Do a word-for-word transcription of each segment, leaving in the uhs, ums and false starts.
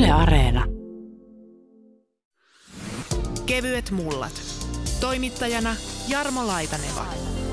Yle Areena. Kevyet mullat. Toimittajana Jarmo Laitaneva.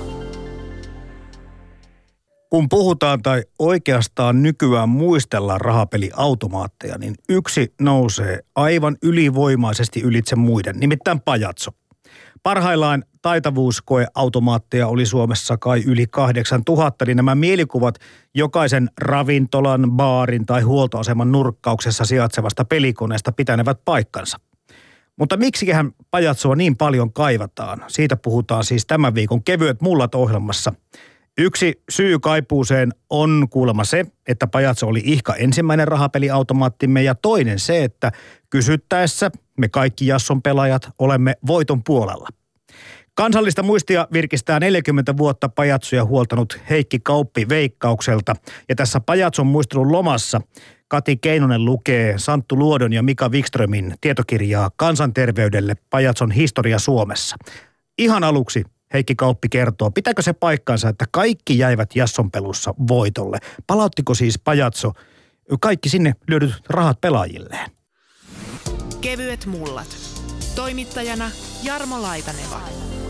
Kun puhutaan tai oikeastaan nykyään muistellaan rahapeliautomaatteja, niin yksi nousee aivan ylivoimaisesti ylitse muiden, nimittäin pajatso. Parhaillaan taitavuuskoeautomaatteja oli Suomessa kai yli kahdeksantuhatta, niin nämä mielikuvat jokaisen ravintolan, baarin tai huoltoaseman nurkkauksessa sijaitsevasta pelikoneesta pitänevät paikkansa. Mutta miksiköhän pajatsoa niin paljon kaivataan? Siitä puhutaan siis tämän viikon Kevyet mullat -ohjelmassa. Yksi syy kaipuuseen on kuulemma se, että pajatso oli ihka ensimmäinen rahapeliautomaattimme, ja toinen se, että kysyttäessä me kaikki Jasson pelaajat olemme voiton puolella. Kansallista muistia virkistää neljäkymmentä vuotta pajatsoja huoltanut Heikki Kauppi Veikkaukselta. Ja tässä pajatson muistelun lomassa Kati Keinonen lukee Santtu Luodon ja Mika Wikströmin tietokirjaa Kansanterveydelle pajatson historia Suomessa. Ihan aluksi Heikki Kauppi kertoo, pitääkö se paikkansa, että kaikki jäivät Jasson pelussa voitolle? Palauttiko siis pajatso kaikki sinne lyödyt rahat pelaajilleen? Kevyet mullat. Toimittajana Jarmo Laitaneva.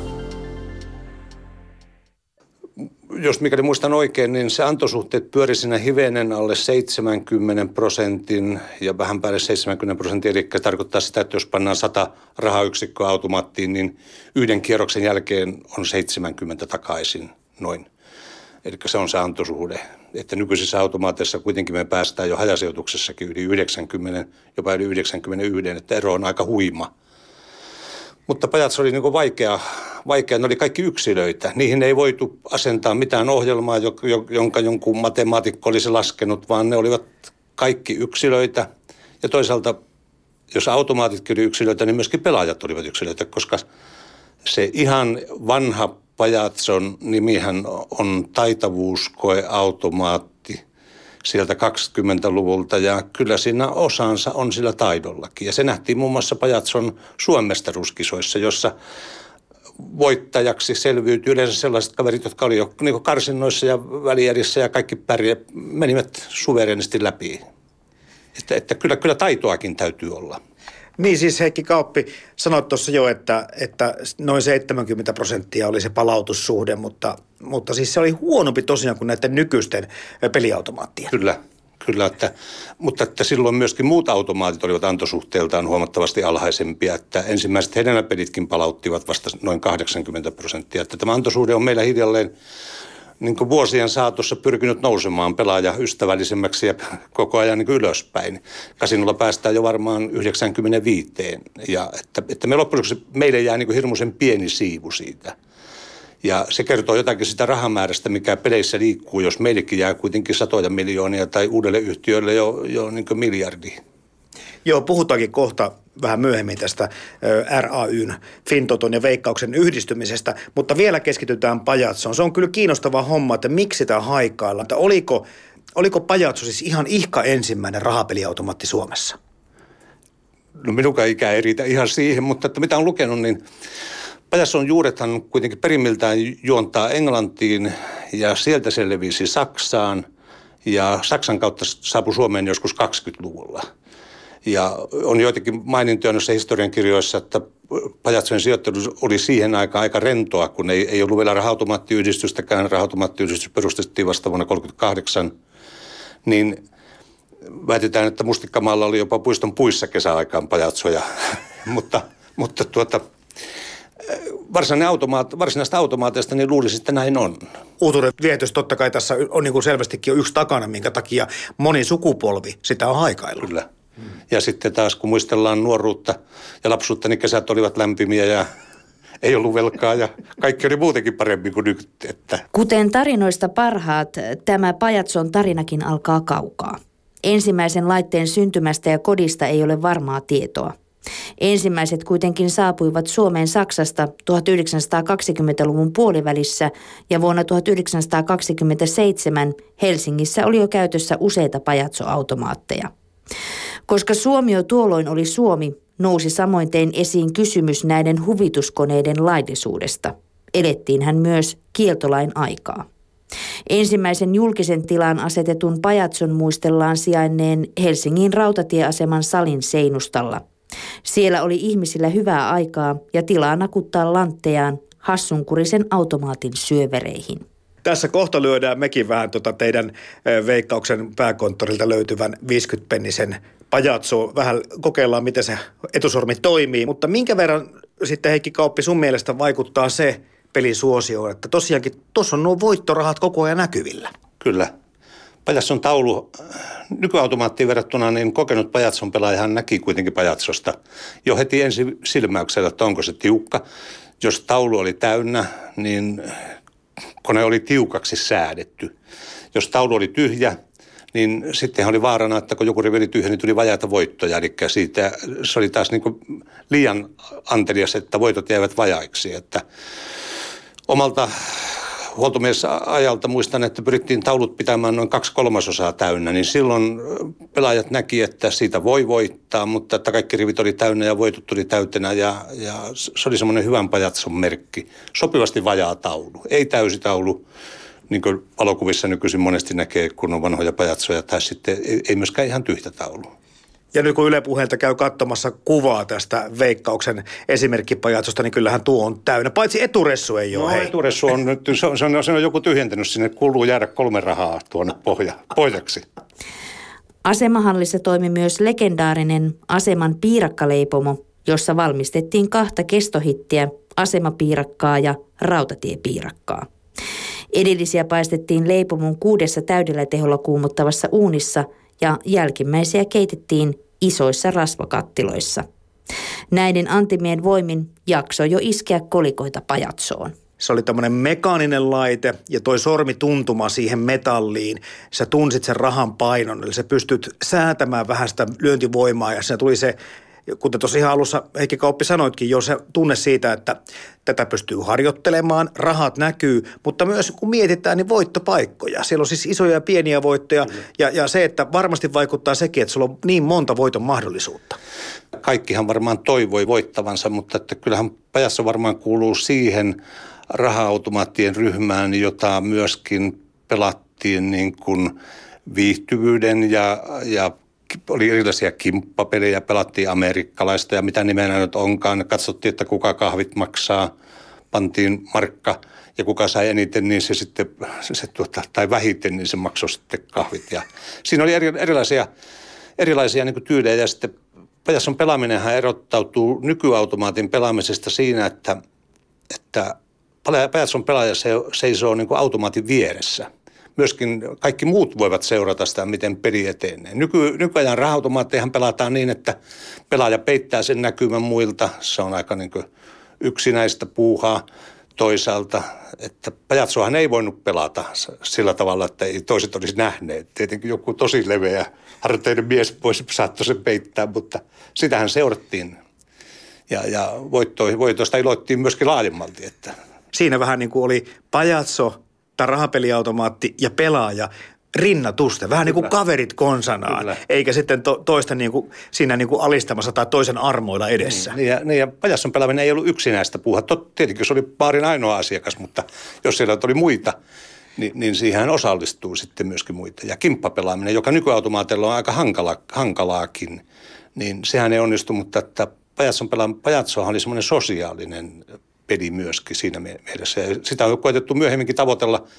Jos mikäli muistan oikein, niin se antosuhteet pyöri siinä hivenen alle seitsemänkymmentä prosentin ja vähän päälle seitsemänkymmentä prosentin. Eli tarkoittaa sitä, että jos pannaan sata rahayksikköä automaattiin, niin yhden kierroksen jälkeen on seitsemänkymmentä takaisin noin. Eli se on se antosuhde. Että nykyisissä automaateissa kuitenkin me päästään jo hajasijoituksessakin yli yhdeksänkymmentä, jopa yli yhdeksänkymmentäyksi, että ero on aika huima. Mutta pajatso oli niin kuin vaikea, vaikea, ne oli kaikki yksilöitä. Niihin ei voitu asentaa mitään ohjelmaa, jonka jonkun matemaatikko olisi laskenut, vaan ne olivat kaikki yksilöitä. Ja toisaalta, jos automaatitkin oli yksilöitä, niin myöskin pelaajat olivat yksilöitä, koska se ihan vanha pajatson nimihän on taitavuuskoeautomaatti sieltä kaksikymmentäluvulta, ja kyllä siinä osansa on sillä taidollakin. Ja se nähtiin muun muassa pajatson Suomestaruuskisoissa, jossa voittajaksi selviytyi yleensä sellaiset kaverit, jotka oli jo niin karsinnoissa ja välijärissä ja kaikki pärjä, menivät suvereenisti läpi. Että, että kyllä, kyllä taitoakin täytyy olla. Niin siis Heikki Kauppi, sanoit tuossa jo, että, että noin seitsemänkymmentä prosenttia oli se palautussuhde, mutta, mutta siis se oli huonompi tosiaan kuin näiden nykyisten peliautomaattien. Kyllä, kyllä että, mutta että silloin myöskin muut automaatit olivat antosuhteeltaan huomattavasti alhaisempia, että ensimmäiset hedelmäpelitkin palauttivat vasta noin kahdeksankymmentä prosenttia, että tämä antosuhde on meillä hiljalleen niin kuin vuosien saatossa pyrkinyt nousemaan pelaajaystävällisemmäksi ja koko ajan niin kuin ylöspäin. Kasinolla päästään jo varmaan yhdeksänkymmentäviisi. Ja että, että me loppujen meille jää niin kuin hirmuisen pieni siivu siitä. Ja se kertoo jotakin sitä rahamäärästä, mikä peleissä liikkuu, jos meillekin jää kuitenkin satoja miljoonia tai uudelle yhtiölle jo, jo niin kuin miljardi. Joo, puhutaankin kohta vähän myöhemmin tästä R A Y:n, Fintoton ja Veikkauksen yhdistymisestä, mutta vielä keskitytään pajatsoon. Se on kyllä kiinnostava homma, että miksi sitä haikaillaan. Että oliko, oliko pajatso siis ihan ihka ensimmäinen rahapeliautomaatti Suomessa? No minunkaan ikä ei riitä ihan siihen, mutta että mitä on lukenut, niin pajatson juurethan kuitenkin perimmiltään juontaa Englantiin ja sieltä se levisi Saksaan ja Saksan kautta saapui Suomeen joskus kaksikymmentäluvulla. Ja on joitakin mainintoja noissa historiankirjoissa, että pajatsojen sijoittelu oli siihen aikaan aika rentoa, kun ei, ei ollut vielä raha-automaattiyhdistystäkään. Raha-automaattiyhdistys perustettiin vasta vuonna tuhatyhdeksänsataakolmekymmentäkahdeksan. Niin väitetään, että Mustikkamaalla oli jopa puiston puissa kesäaikaan pajatsoja. mutta mutta tuota, varsinainen automaat, varsinaista automaateista niin luulisi, että näin on. Uutuuden vietys totta kai tässä on niin kuin selvästikin jo yksi takana, minkä takia moni sukupolvi sitä on haikaillut. Kyllä. Ja sitten taas kun muistellaan nuoruutta ja lapsuutta, niin kesät olivat lämpimiä ja ei ollut velkaa ja kaikki oli muutenkin paremmin kuin nyt. Että. Kuten tarinoista parhaat, tämä pajatson tarinakin alkaa kaukaa. Ensimmäisen laitteen syntymästä ja kodista ei ole varmaa tietoa. Ensimmäiset kuitenkin saapuivat Suomeen Saksasta tuhatyhdeksänsataakaksikymmentäluvun puolivälissä ja vuonna tuhatyhdeksänsataakaksikymmentäseitsemän Helsingissä oli jo käytössä useita pajatsoautomaatteja. Koska Suomi jo tuolloin oli Suomi, nousi samoin tein esiin kysymys näiden huvituskoneiden laillisuudesta. Elettiinhän myös kieltolain aikaa. Ensimmäisen julkisen tilaan asetetun pajatson muistellaan sijainneen Helsingin rautatieaseman salin seinustalla. Siellä oli ihmisillä hyvää aikaa ja tilaa nakuttaa lanttejaan hassunkurisen automaatin syövereihin. Tässä kohta lyödään mekin vähän tuota teidän Veikkauksen pääkonttorilta löytyvän viisikymmenpennisen pajatsoa. Vähän kokeillaan, miten se etusormi toimii. Mutta minkä verran sitten, Heikki Kauppi, sun mielestä vaikuttaa se pelisuosioon, että tosiaankin tuossa on nuo voittorahat koko ajan näkyvillä? Kyllä. Pajatson taulu nykyautomaattiin verrattuna, niin kokenut pajatson pelaajahan näki kuitenkin pajatsosta jo heti ensi silmäyksellä, että onko se tiukka. Jos taulu oli täynnä, niin kone oli tiukaksi säädetty. Jos taulu oli tyhjä, niin sitten oli vaarana, että kun joku rivi oli tyhjä, niin tuli vajaita voittoja. Eli siitä se oli taas niin kuin liian antelias, että voitot jäivät vajaiksi. Että omalta huoltomiesajalta muistan, että pyrittiin taulut pitämään noin kaksi kolmasosaa täynnä, niin silloin pelaajat näki, että siitä voi voittaa, mutta että kaikki rivit oli täynnä ja voitot tuli täytenä ja, ja se oli semmoinen hyvän pajatson merkki. Sopivasti vajaa taulu, ei täysi taulu, niin kuin valokuvissa nykyisin monesti näkee, kun on vanhoja pajatsoja, tai sitten ei, ei myöskään ihan tyhjä taulu. Ja nyt kun Yle Puheelta käy katsomassa kuvaa tästä Veikkauksen esimerkkipajatsosta, niin kyllähän tuo on täynnä. Paitsi eturessu ei ole. No hei. Eturessu on nyt, se on, se on, se on joku tyhjentänyt sinne, kuuluu jäädä kolme rahaa tuonne pohja, pohjaksi. Asemahallissa toimi myös legendaarinen aseman piirakkaleipomo, jossa valmistettiin kahta kestohittiä, asemapiirakkaa ja rautatiepiirakkaa. Edellisiä paistettiin leipomon kuudessa täydellä teholla kuumottavassa uunissa ja jälkimmäisiä keitettiin isoissa rasvakattiloissa. Näiden antimien voimin jaksoi jo iskeä kolikoita pajatsoon. Se oli tämmöinen mekaaninen laite ja toi sormituntuma siihen metalliin. Sä tunsit sen rahan painon, eli sä pystyt säätämään vähän sitä lyöntivoimaa ja siinä tuli se, kuten tuossa ihan alussa Heikki Kauppi sanoitkin jo, se tunne siitä, että tätä pystyy harjoittelemaan, rahat näkyy, mutta myös kun mietitään, niin voittopaikkoja. Siellä on siis isoja ja pieniä voittoja ja, ja se, että varmasti vaikuttaa sekin, että sulla on niin monta voiton mahdollisuutta. Kaikkihan varmaan toivoi voittavansa, mutta että kyllähän pajassa varmaan kuuluu siihen raha-automaattien ryhmään, jota myöskin pelattiin niin kuin viihtyvyyden ja, ja oli erilaisia kimppapelejä, pelattiin amerikkalaista ja mitä nimenä nyt onkaan. Katsottiin, että kuka kahvit maksaa, pantiin markka ja kuka sai eniten, niin se sitten, se tuota, tai vähiten, niin se maksoi sitten kahvit. Ja siinä oli eri, erilaisia, erilaisia niin kuin tyylejä ja sitten pajasson pelaaminenhan erottautuu nykyautomaatin pelaamisesta siinä, että, että pajasson pelaaja seisoo niin kuin automaatin vieressä. Myöskin kaikki muut voivat seurata sitä, miten peli etenee. Nyky, nykyajan raha-automaattejahan pelataan niin, että pelaaja peittää sen näkymän muilta. Se on aika niin kuin yksinäistä puuhaa toisaalta. Että pajatsohan ei voinut pelata sillä tavalla, että ei toiset olisi nähneet. Tietenkin joku tosi leveä harteinen mies voisi saattoi sen peittää, mutta sitähän seurattiin. Ja, ja voitto, voitosta iloittiin myöskin laajemmalti. Että. Siinä vähän niin kuin oli pajatso, tai rahapeliautomaatti ja pelaaja rinnatusten, vähän Kyllä. niin kuin kaverit konsanaan, Kyllä. eikä sitten to, toista niin kuin, siinä niin kuin alistamassa tai toisen armoilla edessä. Niin, ja, niin ja pajasson pelaaminen ei ollut yksinäistä puuhaa. Tietenkin se oli baarin ainoa asiakas, mutta jos siellä oli muita, niin, niin siihen osallistuu sitten myöskin muita. Ja kimppapelaaminen, joka nykyautomaatilla on aika hankala, hankalaakin, niin sehän ei onnistu, mutta että pajasson pelaaminen, pajatsohan oli semmoinen sosiaalinen peli myöskin siinä mielessä. Ja sitä on koetettu myöhemminkin tavoitella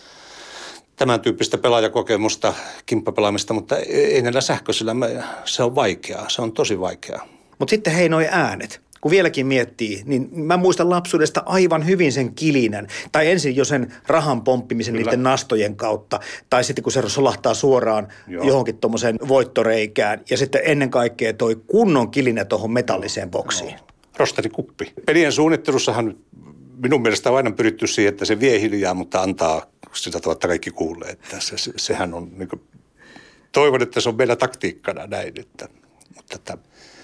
tämän tyyppistä pelaajakokemusta, kimppapelaamista, mutta ei näillä sähköisillä, se on vaikeaa, se on tosi vaikeaa. Mutta sitten hei noi äänet, kun vieläkin miettii, niin mä muistan lapsuudesta aivan hyvin sen kilinän. Tai ensin jo sen rahan pomppimisen Kyllä. niiden nastojen kautta, tai sitten kun se solahtaa suoraan Joo. johonkin tuommoiseen voittoreikään, ja sitten ennen kaikkea toi kunnon kilinä tuohon metalliseen boksiin. No. Rosterikuppi. Pelien suunnittelussahan minun mielestä on aina pyritty siihen, että se vie hiljaa, mutta antaa sitä tavalla, että kaikki kuulee. Että se, se, sehän on, niin kuin, toivon, että se on meillä taktiikkana näin. Että, mutta että,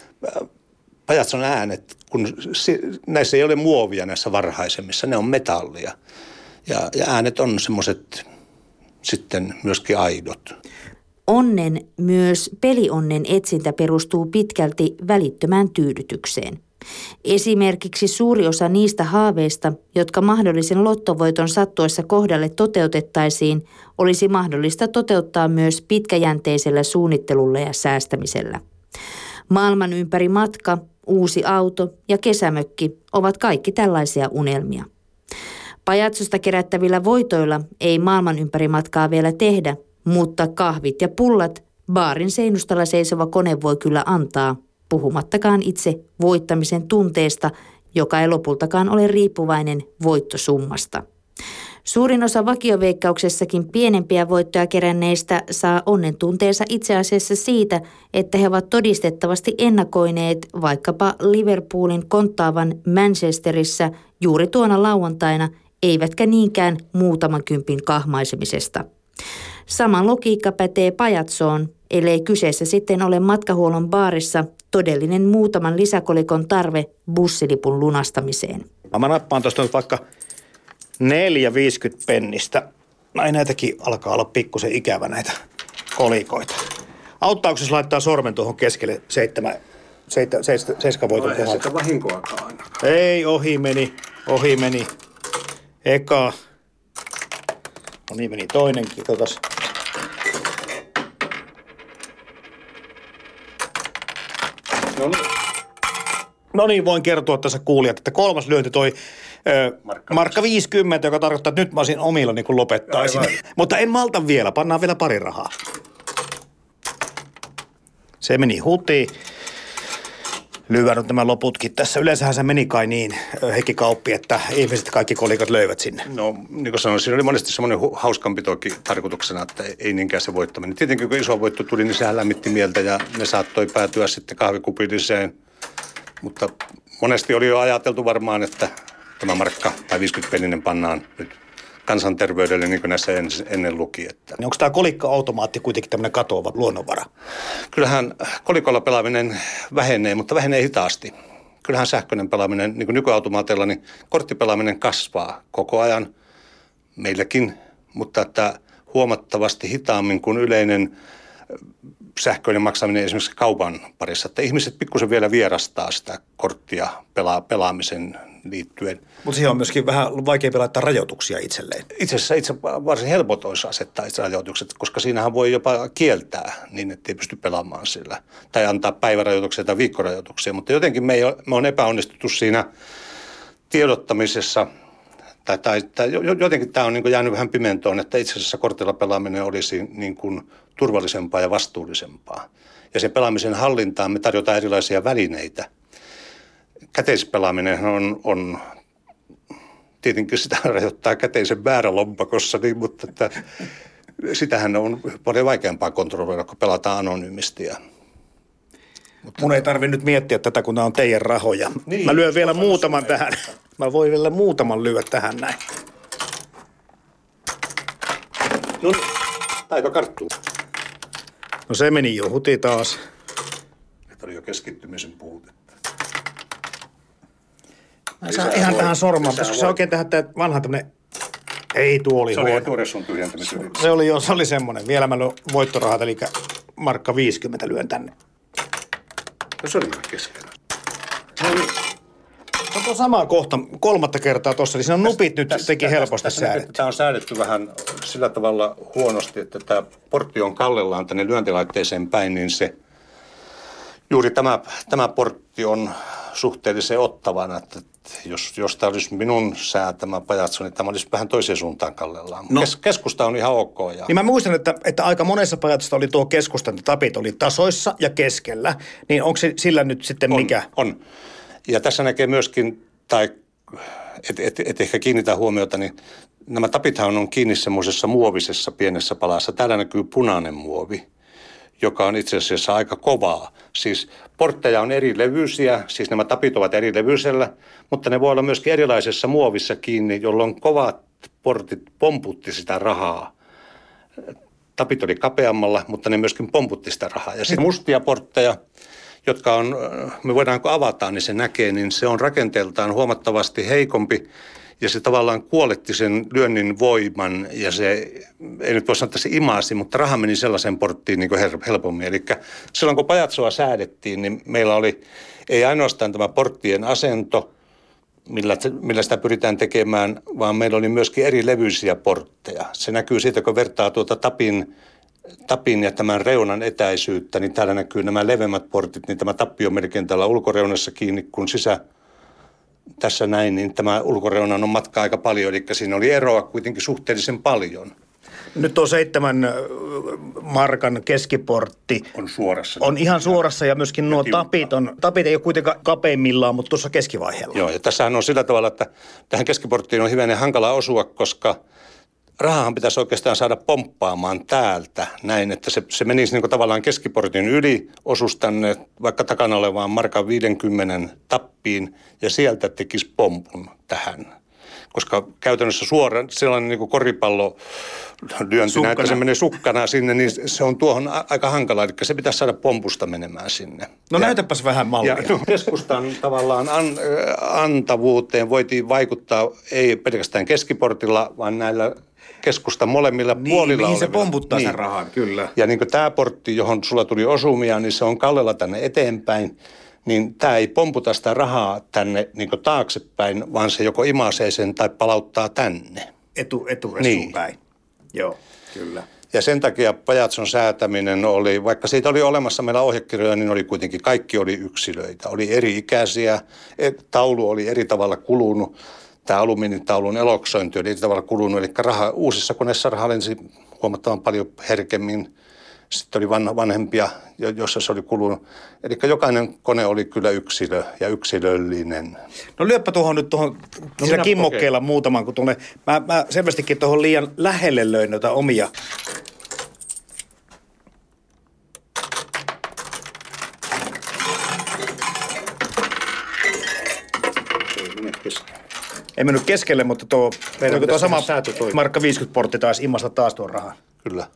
pajatson äänet, kun se, näissä ei ole muovia näissä varhaisemmissa, ne on metallia. Ja, ja äänet on semmoiset sitten myöskin aidot. Onnen, myös pelionnen etsintä perustuu pitkälti välittömään tyydytykseen. Esimerkiksi suuri osa niistä haaveista, jotka mahdollisen lottovoiton sattuessa kohdalle toteutettaisiin, olisi mahdollista toteuttaa myös pitkäjänteisellä suunnittelulla ja säästämisellä. Maailman ympäri matka, uusi auto ja kesämökki ovat kaikki tällaisia unelmia. Pajatsosta kerättävillä voitoilla ei maailman ympäri matkaa vielä tehdä, mutta kahvit ja pullat baarin seinustalla seisova kone voi kyllä antaa, puhumattakaan itse voittamisen tunteesta, joka ei lopultakaan ole riippuvainen voittosummasta. Suurin osa vakioveikkauksessakin pienempiä voittoja keränneistä saa onnen tunteensa itse asiassa siitä, että he ovat todistettavasti ennakoineet vaikkapa Liverpoolin konttaavan Manchesterissa juuri tuona lauantaina, eivätkä niinkään muutaman kympin kahmaisemisesta. Sama logiikka pätee pajatsoon, ellei kyseessä sitten ole matkahuollon baarissa todellinen muutaman lisäkolikon tarve bussilipun lunastamiseen. Mä nappaan tuosta nyt vaikka neljä viisikymmentä pennistä. Näin näitäkin alkaa olla pikkusen ikävä näitä kolikoita. Auttaako jos laittaa sormen tuohon keskelle seitsemän, seitsemän, seitsemän, seitsemän voiton kohdalla? Ei sitä vahinkoakaan ainakaan. Ei, ohi meni, ohi meni. Eka. No niin meni toinenkin, totas. No niin. No niin, voin kertoa tässä kuulijat, että kolmas lyönti toi ö, markka, markka viisikymmentä, joka tarkoittaa, että nyt mä olisin omillani, kun lopettaisin. Aivan. Mutta en malta vielä, pannaan vielä pari rahaa. Se meni hutiin. Lyövän nämä loputkin tässä. Yleensähän se meni kai niin, Heikki Kauppi, että ihmiset kaikki kolikot löivät sinne. No, niin kuin sanoin, siinä oli monesti semmoinen hu- hauskanpitokin tarkoituksena, että ei niinkään se voittaminen. Tietenkin kun iso voitto tuli, niin sehän lämmitti mieltä ja ne saattoi päätyä sitten kahvikupilliseen. Mutta monesti oli jo ajateltu varmaan, että tämä markka tai viisikymmentä penninen pannaan nyt kansanterveydelle, niin kuin näissä ennen luki. Että. Onko tämä kolikko-automaatti kuitenkin tämmöinen katoava luonnonvara? Kyllähän kolikolla pelaaminen vähenee, mutta vähenee hitaasti. Kyllähän sähköinen pelaaminen, niin kuin nykyautomaateilla, niin korttipelaaminen kasvaa koko ajan meilläkin, mutta että huomattavasti hitaammin kuin yleinen sähköinen maksaminen esimerkiksi kaupan parissa. Että ihmiset pikkusen vielä vierastaa sitä korttia pelaa, pelaamisen liittyen. Mutta siihen on myöskin vähän vaikeampi laittaa rajoituksia itselleen. Itse asiassa itse varsin helpot olisi asettaa itse rajoitukset, koska siinähän voi jopa kieltää niin, että ei pysty pelaamaan sillä. Tai antaa päivärajoituksia tai viikkorajoituksia. Mutta jotenkin me, ei ole, me on epäonnistuttu siinä tiedottamisessa. Tai, tai, tai jotenkin tämä on niin kuin jäänyt vähän pimentoon, että itse asiassa kortilla pelaaminen olisi niin kuin turvallisempaa ja vastuullisempaa. Ja sen pelaamisen hallintaan me tarjotaan erilaisia välineitä. Käteispelaaminen on, on tietenkin sitä rajoittaa käteisen määrä lompakossa, niin, mutta että sitähän on paljon vaikeampaa kontrolloida, kun pelataan anonyymisti. Mutta mun ei tarvitse nyt miettiä tätä, kun nämä on teidän rahoja. Niin, mä lyön vielä muutaman tähän. Mä voin vielä muutaman lyödä tähän näin. No niin, taito karttuu. No se meni jo huti taas. Että oli jo keskittymisen puutetta. Mä saan ihan voi, tähän sormaan, koska se oikein tähän vanha tämmönen. Ei, tuo oli huono. Se oli tuore sun tyhjentämisen. Se oli jo, se oli semmonen. Vielä mä lyön voittorahat, eli markka viisikymmentä lyön tänne. No se oli vähän keskellä. No niin. No tuo sama kohta, kolmatta kertaa tuossa, eli siinä on nupit nyt täs, teki täs, helposti täs, säädetty. Tämä on säädetty vähän sillä tavalla huonosti, että tämä portti on kallellaan tänne lyöntilaitteeseen päin, niin se juuri tämä, tämä portti on suhteellisen ottavana, että jos, jos tämä olisi minun säätämä pajatso, niin tämä olisi vähän toiseen suuntaan kallellaan. No. Kes, keskusta on ihan ok. Ja... Niin mä muistan, että, että aika monessa pajatsossa oli tuo keskustan, että tapit oli tasoissa ja keskellä, niin onko se sillä nyt sitten on, mikä? On. Ja tässä näkee myöskin, tai et, et, et ehkä kiinnitä huomiota, niin nämä tapithan on kiinni semmoisessa muovisessa pienessä palassa. Täällä näkyy punainen muovi, joka on itse asiassa aika kovaa. Siis portteja on eri levyisiä, siis nämä tapit ovat eri levyisellä, mutta ne voi olla myöskin erilaisessa muovissa kiinni, jolloin kovat portit pomputti sitä rahaa. Tapit oli kapeammalla, mutta ne myöskin pomputti sitä rahaa. Ja sitten mustia portteja, jotka on, me voidaan kun avataan, niin se näkee, niin se on rakenteeltaan huomattavasti heikompi. Ja se tavallaan kuoletti sen lyönnin voiman ja se, ei nyt voi sanoa, että se imasi, mutta raha meni sellaiseen porttiin niin kuin helpommin. Eli silloin kun pajatsoa säädettiin, niin meillä oli ei ainoastaan tämä porttien asento, millä, millä sitä pyritään tekemään, vaan meillä oli myöskin eri levyisiä portteja. Se näkyy siitä, kun vertaa tuota tapin, tapin ja tämän reunan etäisyyttä, niin täällä näkyy nämä leveämmät portit, niin tämä tappi on melkein täällä ulkoreunassa kiinni, kun sisä tässä näin, niin tämä ulkoreunan on matka aika paljon, eli siinä oli eroa kuitenkin suhteellisen paljon. Nyt on seitsemän markan keskiportti. On suorassa. On ihan suorassa ja myöskin nuo tapit on, tapit ei ole kuitenkaan kapeimmillaan, mutta tuossa keskivaiheella. Joo, ja tässähän on sillä tavalla, että tähän keskiporttiin on hivenen hankala osua, koska rahahan pitäisi oikeastaan saada pomppaamaan täältä näin, että se, se menisi niin kuin tavallaan keskiportin yli, osuisi tänne vaikka takana olevaan markan viidenkymmenen tappiin ja sieltä tekisi pompun tähän. Koska käytännössä suora sellainen niin kuin koripallo lyönti, että se menee sukkana sinne, niin se on tuohon aika hankala. Eli se pitäisi saada pompusta menemään sinne. No ja, näytäpäs vähän mallia. Ja no, keskustan tavallaan an, antavuuteen voitiin vaikuttaa ei pelkästään keskiportilla, vaan näillä keskustan molemmilla niin, puolilla mihin olevilla. Se pomputtaa niin. Sen rahan, kyllä. Ja niin kuin tämä portti, johon sulla tuli osumia, niin se on kallella tänne eteenpäin. Niin tämä ei pomputa sitä rahaa tänne niin kuin taaksepäin, vaan se joko imasee sen tai palauttaa tänne. Etu, eturessuun niin. Päin. Joo, kyllä. Ja sen takia pajatson säätäminen oli, vaikka siitä oli olemassa meillä ohjekirjoja, niin oli kuitenkin, kaikki oli yksilöitä. Oli eri ikäisiä, taulu oli eri tavalla kulunut. Tämä alumiinitaulun eloksointi oli eri tavalla kulunut, eli raha, uusissa koneissa raha lensi huomattavan paljon herkemmin. Sitten oli vanhempia, joissa se oli kulunut. Eli jokainen kone oli kyllä yksilö ja yksilöllinen. No lyöppä tuohon nyt tuohon no sillä kimmokkeilla okay. muutaman, kun tuonne, mä, mä selvästikin tuohon liian lähelle löin noita omia. Ei mennyt keskelle, mutta tuo, tuo sama markka viisikymmentä portti taisi imasta taas tuon rahan. Kyllä.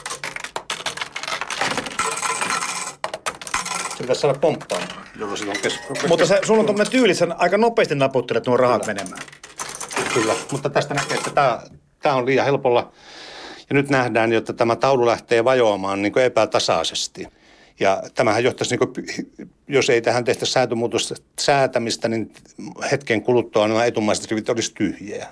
Se pitäisi saada pomppaan, jolloin se on kes- Mutta se, sulla on tuommoinen tyyli, sä aika nopeasti naputtelet nuo rahat Kyllä. menemään. Kyllä, mutta tästä näkee, että tämä, tämä on liian helpolla. Ja nyt nähdään, että tämä taulu lähtee vajoamaan niin kuin epätasaisesti. Ja tämähän johtaisi, niin kuin, jos ei tähän tehtäisi säätömuutosta säätämistä, niin hetken kuluttua nämä etumaiset rivit olisi tyhjiä.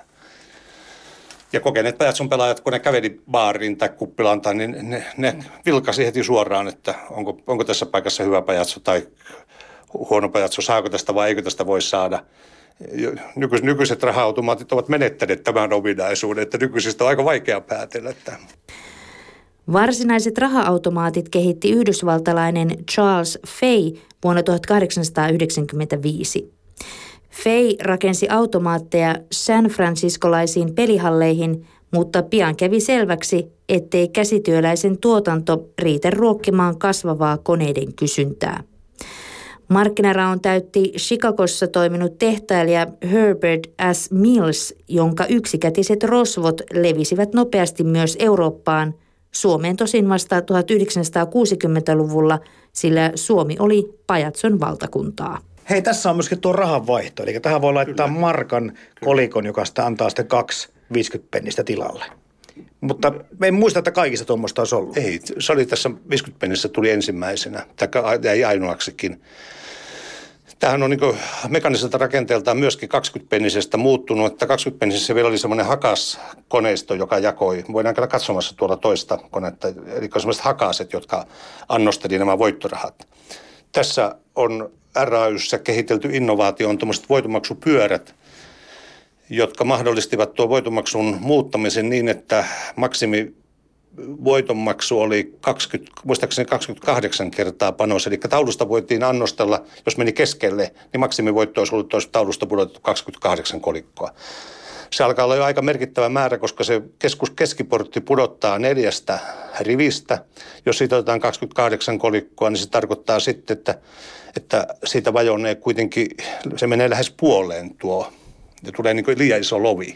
Ja kokeneet pajatson pelaajat, kun ne käveli baariin tai kuppilaan, tai niin ne, ne vilkasi heti suoraan, että onko, onko tässä paikassa hyvä pajatso tai huono pajatso, saako tästä vai eikö tästä voi saada. Nykyiset, nykyiset raha-automaatit ovat menettäneet tämän ominaisuuden, että nykyisistä on aika vaikea päätellä. Että varsinaiset raha-automaatit kehitti yhdysvaltalainen Charles Fay vuonna tuhatkahdeksansataayhdeksänkymmentäviisi. Fay rakensi automaatteja San Franciscolaisiin pelihalleihin, mutta pian kävi selväksi, ettei käsityöläisen tuotanto riitä ruokkimaan kasvavaa koneiden kysyntää. Markkinaraon täytti Chicagossa toiminut tehtailija Herbert S. Mills, jonka yksikätiset rosvot levisivät nopeasti myös Eurooppaan, Suomeen tosin vasta tuhatyhdeksänsataakuusikymmentäluvulla, sillä Suomi oli pajatson valtakuntaa. Hei, tässä on myöskin tuo rahanvaihto, eli tähän voi laittaa Kyllä. markan kolikon, joka sitä antaa sitten kaksi viisikymmentä pennistä tilalle. Mutta me ei muista, että kaikissa tuommoista olisi ollut. Ei, se oli tässä viisikymmentä pennissä tuli ensimmäisenä, tai jäi ainoaksikin. Tämähän on niin kuin mekaniselta rakenteeltaan myöskin kaksikymmentä pennisestä muuttunut, että kaksikymmentä pennisessä vielä oli semmoinen hakaskoneisto, joka jakoi. Voidaan käydä katsomassa tuolla toista konetta, eli semmoiset hakaset, jotka annosteli nämä voittorahat. Tässä on R A Y:ssä kehitelty innovaatio on tuommoiset voitonmaksupyörät, jotka mahdollistivat tuon voitonmaksun muuttamisen niin, että maksimi voitonmaksu oli kaksikymmentä, muistaakseni kaksikymmentäkahdeksan kertaa panos. Eli taulusta voitiin annostella, jos meni keskelle, niin maksimivoitto olisi ollut taulusta pudotettu kaksikymmentäkahdeksan kolikkoa. Se alkaa olla jo aika merkittävä määrä, koska se keskus keskiportti pudottaa neljästä rivistä. Jos siitä otetaan kaksikymmentäkahdeksan kolikkoa, niin se tarkoittaa sitten, että, että siitä vajonnee kuitenkin, se menee lähes puoleen tuo. Ja tulee niin kuin liian iso lovi.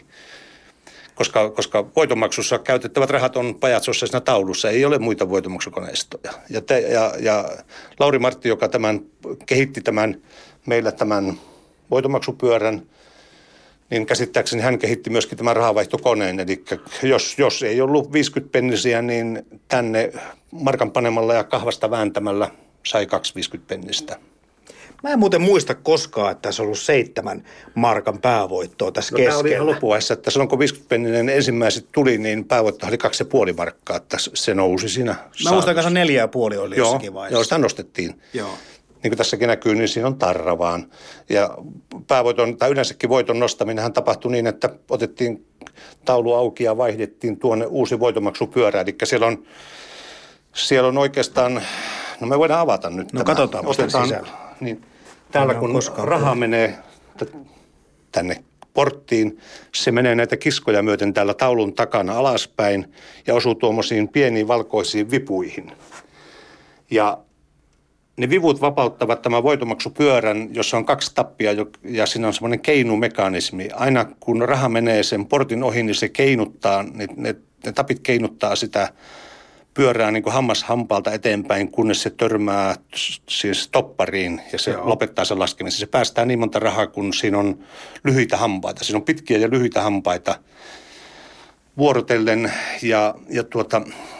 Koska, koska voitonmaksussa käytettävät rahat on pajatsossa siinä taulussa, ei ole muita voitonmaksukoneistoja. Ja, te, ja, ja Lauri Martti, joka tämän, kehitti tämän, meillä tämän voitonmaksupyörän, niin käsittääkseni hän kehitti myöskin tämän rahavaihtokoneen. Eli jos, jos ei ollut viisikymmentä pennisiä, niin tänne markan panemalla ja kahvasta vääntämällä sai kaksi viisikymmentä pennistä. Mä en muuten muista koskaan, että tässä on ollut seitsemän markan päävoittoa tässä no, keskellä. Tämä oli ihan loppuvaiheessa, että silloin kun viisikymmentä penninen ensimmäiset tuli, niin päävoitto oli kaksi ja puoli markkaa, että se nousi siinä. Mä muistan kanssa neljä ja puoli oli joo, jossakin vaiheessa. Joo, sitä nostettiin. Joo. Niin kuin tässäkin näkyy, niin siinä on tarra vaan. Ja päävoiton, tai yleensäkin voiton nostaminenhan tapahtui niin, että otettiin taulu auki ja vaihdettiin tuonne uusi voitonmaksupyörä. Eli siellä on, siellä on oikeastaan, no me voidaan avata nyt. No tämä. katsotaan, Otetaan, sisällä. Niin, täällä kun raha menee tänne porttiin, se menee näitä kiskoja myöten täällä taulun takana alaspäin ja osuu tuommoisiin pieniin valkoisiin vipuihin. Ja ne vivut vapauttavat tämän voitonmaksupyörän, jossa on kaksi tappia ja siinä on semmoinen keinumekanismi. Aina kun raha menee sen portin ohi, niin se keinuttaa, ne, ne, ne tapit keinuttaa sitä pyörää niin kuin hammas hampaalta eteenpäin, kunnes se törmää siis toppariin ja se Joo. lopettaa sen laskemisen. Se päästää niin monta rahaa, kun siinä on lyhyitä hampaita. Siinä on pitkiä ja lyhyitä hampaita vuorotellen ja, ja tuota,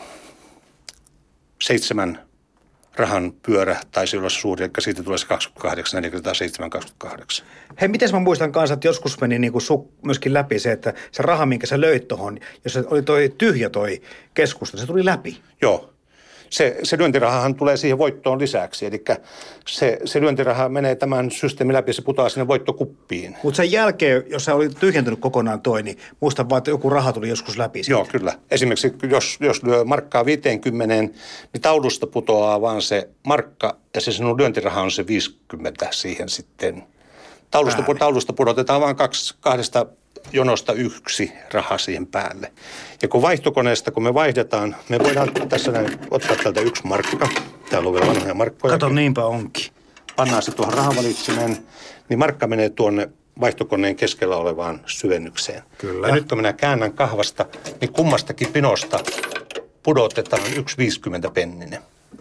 seitsemän rahan pyörä taisi olla suuri, eli siitä tulee se kaksikymmentäkahdeksan, neljäkymmentäseitsemän, kaksikymmentäkahdeksan. Hei, miten mä muistan kanssa, että joskus meni niin kuin su, myöskin läpi se, että se raha, minkä sä löit tohon, jos se oli toi tyhjä toi keskusta, se tuli läpi. Joo. Se, se lyöntirahahan tulee siihen voittoon lisäksi, eli se, se lyöntiraha menee tämän systeemin läpi ja se putoaa sinne voittokuppiin. Mutta sen jälkeen, jos sä olit tyhjentynyt kokonaan toi, niin muistan vaan, että joku raha tuli joskus läpi. Siitä. Joo, kyllä. Esimerkiksi jos, jos lyö markkaa viisikymmentä, niin taulusta putoaa vaan se markka ja se sinun lyöntiraha on se viisikymmentä siihen sitten. Taulusta, taulusta pudotetaan vaan kaksi, kahdesta jonosta yksi raha siihen päälle. Ja kun vaihtokoneesta, kun me vaihdetaan, me voidaan tässä näin ottaa täältä yksi markka. Täällä on vielä vanhoja markkoja. Kato, niinpä onkin. Pannaan se tuohon rahavalitsimeen, niin markka menee tuonne vaihtokoneen keskellä olevaan syvennykseen. Kyllä. Ja nyt kun minä käännän kahvasta, niin kummastakin pinosta pudotetaan yksi viisikymmentä penninen.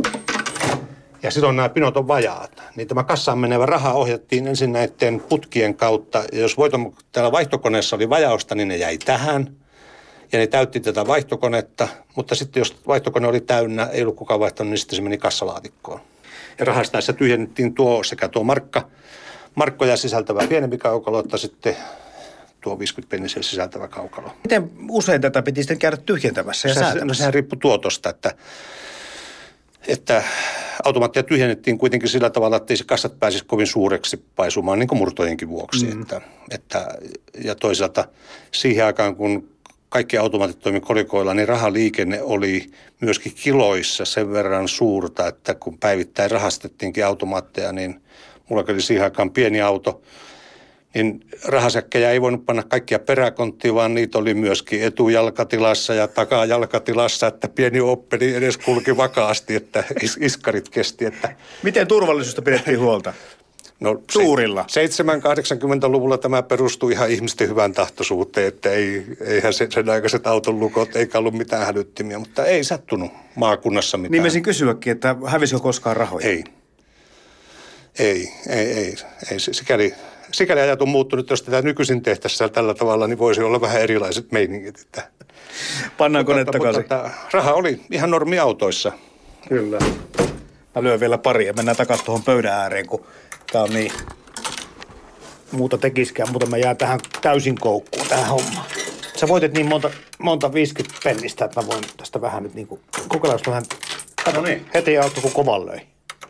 Ja silloin nämä pinot on vajaat. Niin tämä kassaan menevä raha ohjattiin ensin näiden putkien kautta. Ja jos voiton, täällä vaihtokoneessa oli vajausta, niin ne jäi tähän. Ja ne täytti tätä vaihtokonetta. Mutta sitten jos vaihtokone oli täynnä, ei ollut kukaan vaihtanut, niin sitten se meni kassalaatikkoon. Ja rahastaessa tyhjennettiin tuo sekä tuo markka, markkoja sisältävä pienempi kaukalo, että sitten tuo viisikymmentä pennisiä sisältävä kaukalo. Miten usein tätä piti sitten käydä tyhjentämässä ja se, säätämässä? No sehän riippui tuotosta, että... että automaattia tyhjennettiin kuitenkin sillä tavalla, että ei se kassat pääsisi kovin suureksi paisumaan, niin kuin murtojenkin vuoksi. Mm. Että, että, ja toisaalta siihen aikaan, kun kaikki automaatit toimi kolikoilla, niin rahaliikenne oli myöskin kiloissa sen verran suurta, että kun päivittäin rahastettiinkin automaatteja, niin mulla oli siihen aikaan pieni auto, niin rahasäkkejä ei voinut panna kaikkia peräkonttiin, vaan niitä oli myöskin etujalkatilassa ja takajalkatilassa, että pieni oppeli edes kulki vakaasti, että is- iskarit kesti. Että miten turvallisuudesta pidettiin huolta? No, Tuurilla. seitsemänkymmentä-kahdeksankymmentäluvulla tämä perustui ihan ihmisten hyvän tahtoisuuteen, että ei, eihän sen, sen aikaiset auton lukot, eikä ollut mitään hälyttimiä, mutta ei sattunut maakunnassa mitään. Nimesin kysyäkin, että hävisikö koskaan rahoja? Ei. Ei, ei, ei. ei. Sikäli, sikäli ajat on muuttunut, jos tätä nykyisin tehtäisiin tällä tavalla, niin voisi olla vähän erilaiset meiningit. Että... Pannaan kone takaisin. Mutta raha oli ihan normiautoissa. Kyllä. Mä lyön vielä pari ja mennään takaisin tuohon pöydän ääreen, kun tää on niin muuta tekiskään, mutta mä jään tähän täysin koukkuun tähän hommaan. Sä voitit niin monta, monta viisikymmentä pennistä, että mä voin tästä vähän nyt niinku kokeilla vähän. Kato niin. Heti auttoi, kun kovan löi.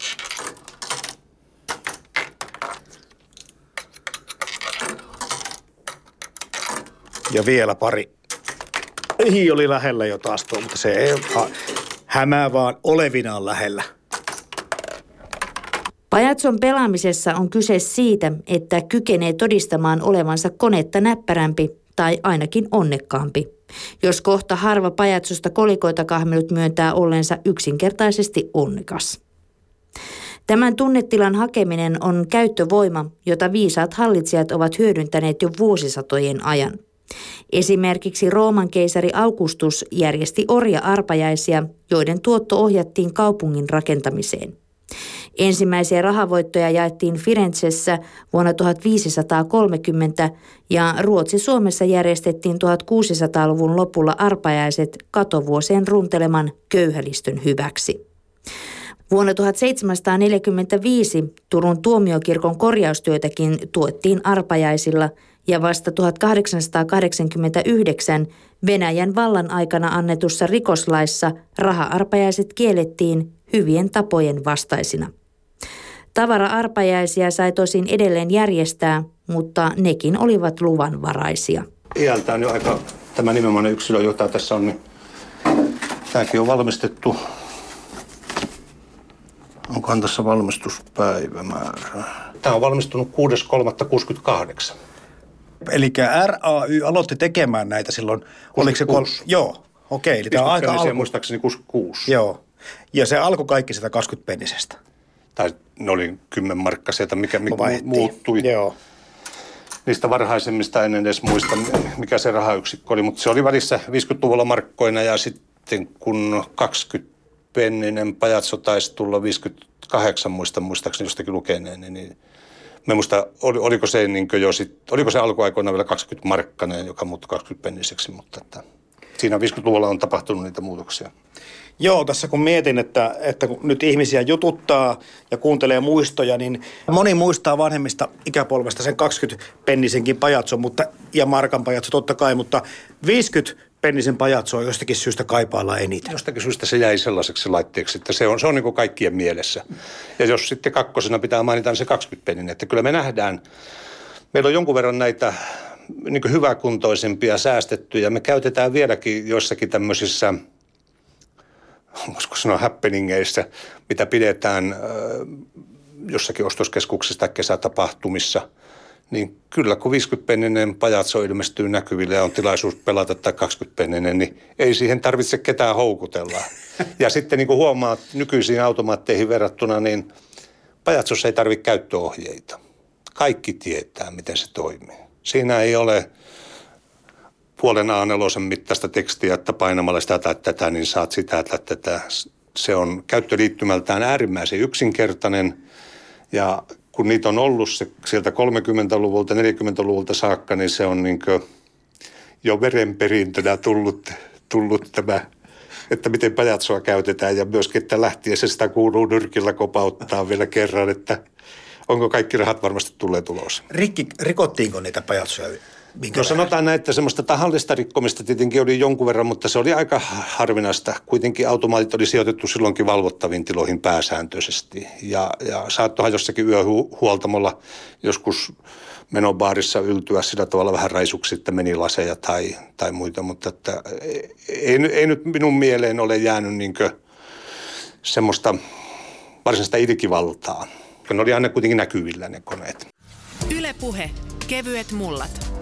Ja vielä pari. Hi oli lähellä jo taas tuo, mutta se ei ole hämää, vaan olevinaan lähellä. Pajatson pelaamisessa on kyse siitä, että kykenee todistamaan olevansa konetta näppärämpi tai ainakin onnekkaampi. Jos kohta harva pajatsosta kolikoita kahmelut myöntää ollensa yksinkertaisesti onnekas. Tämän tunnetilan hakeminen on käyttövoima, jota viisaat hallitsijat ovat hyödyntäneet jo vuosisatojen ajan. Esimerkiksi Rooman keisari Augustus järjesti orja-arpajaisia, joiden tuotto ohjattiin kaupungin rakentamiseen. Ensimmäisiä rahavoittoja jaettiin Firenzessä vuonna tuhatviisisataakolmekymmentä ja Ruotsi-Suomessa järjestettiin tuhatkuusisataaluvun lopulla arpajaiset katovuosien runteleman köyhälistön hyväksi. Vuonna tuhatseitsemänsataaneljäkymmentäviisi Turun tuomiokirkon korjaustyötäkin tuettiin arpajaisilla ja vasta tuhatkahdeksansataakahdeksankymmentäyhdeksän Venäjän vallan aikana annetussa rikoslaissa raha-arpajaiset kiellettiin hyvien tapojen vastaisina. Tavara-arpajaisia sai tosin edelleen järjestää, mutta nekin olivat luvanvaraisia. Iältään jo aika tämä nimenomainen yksilö, jota tässä on, niin tämäkin on valmistettu. Onkohan tässä valmistuspäivämäärä? Tämä on valmistunut kuudes kolmatta kuusikymmentäkahdeksan. Eli R A Y aloitti tekemään näitä silloin. Oliko se kol... Joo, okei. Eli tämä on aika alku... muistaakseni kuusikymmentäkuusi. Joo. Ja se alkoi kaikki sitä kaksikymmentä-pennisestä. Tai ne oli kymmen markkaa sieltä, mikä, mikä muuttui. Joo. Niistä varhaisemmista en edes muista, mikä se rahayksikkö oli. Mutta se oli välissä viisikymmentäluvulla markkoina ja sitten kun kaksikymmentä-penninen pajatso taisi tulla viisikymmentäkahdeksan, muista, muistaakseni jostakin lukeneeni, niin mä muista, oliko se, niin jo sit, oliko se alkuaikoina vielä kaksikymmentä markkainen, joka muuttui kaksikymmentä-penniseksi, mutta että siinä viisikymmentäluvulla on tapahtunut niitä muutoksia. Joo, tässä kun mietin, että, että kun nyt ihmisiä jututtaa ja kuuntelee muistoja, niin moni muistaa vanhemmista ikäpolvesta sen kaksikymmentä-pennisenkin pajatson, mutta, ja markan pajatso totta kai, mutta viisikymmentä-pennisen pajatsoa jostakin syystä kaipaillaan eniten. Jostakin syystä se jäi sellaiseksi laitteeksi, että se on, se on niin kuin kaikkien mielessä. Ja jos sitten kakkosena pitää mainita niin se kaksikymmentä-penninen, että kyllä me nähdään, meillä on jonkun verran näitä niin kuin hyväkuntoisempia säästettyjä. Me käytetään vieläkin joissakin tämmöisissä, voisiko sanoa happeningeissa, mitä pidetään äh, jossakin ostoskeskuksissa tai kesätapahtumissa, niin kyllä kun viisikymmentä-penninen pajatso ilmestyy näkyville ja on tilaisuus pelata tai kaksikymmentä-penninen, niin ei siihen tarvitse ketään houkutella. Ja sitten niin kuin huomaat nykyisiin automaatteihin verrattuna, niin pajatsossa ei tarvitse käyttöohjeita. Kaikki tietää, miten se toimii. Siinä ei ole puolen A neljä mittaista tekstiä, että painamalla sitä tai tätä, niin saat sitä tai tätä. Se on käyttöliittymältään äärimmäisen yksinkertainen ja kun niitä on ollut se, sieltä kolmekymmentäluvulta, neljäkymmentäluvulta saakka, niin se on niin kuin jo verenperintönä tullut, tullut tämä, että miten pajatsoa käytetään ja myöskin, että lähtiessä sitä kuuluu nyrkillä kopauttaa vielä kerran, että onko kaikki rahat varmasti tulee tulos. Rikki, rikottiinko niitä pajatsoja? No sanotaan näin, että semmoista tahallista rikkomista tietenkin oli jonkun verran, mutta se oli aika harvinaista. Kuitenkin automaatit oli sijoitettu silloinkin valvottaviin tiloihin pääsääntöisesti. Ja, ja saattohan jossakin yöhuoltamolla joskus menobaarissa yltyä sillä tavalla vähän raisuksi, että meni laseja tai, tai muita. Mutta että ei, ei nyt minun mieleen ole jäänyt niinkö semmoista varsinaista ilkivaltaa. Ne oli aina kuitenkin näkyvillä ne koneet. Yle Puhe. Kevyet mullat.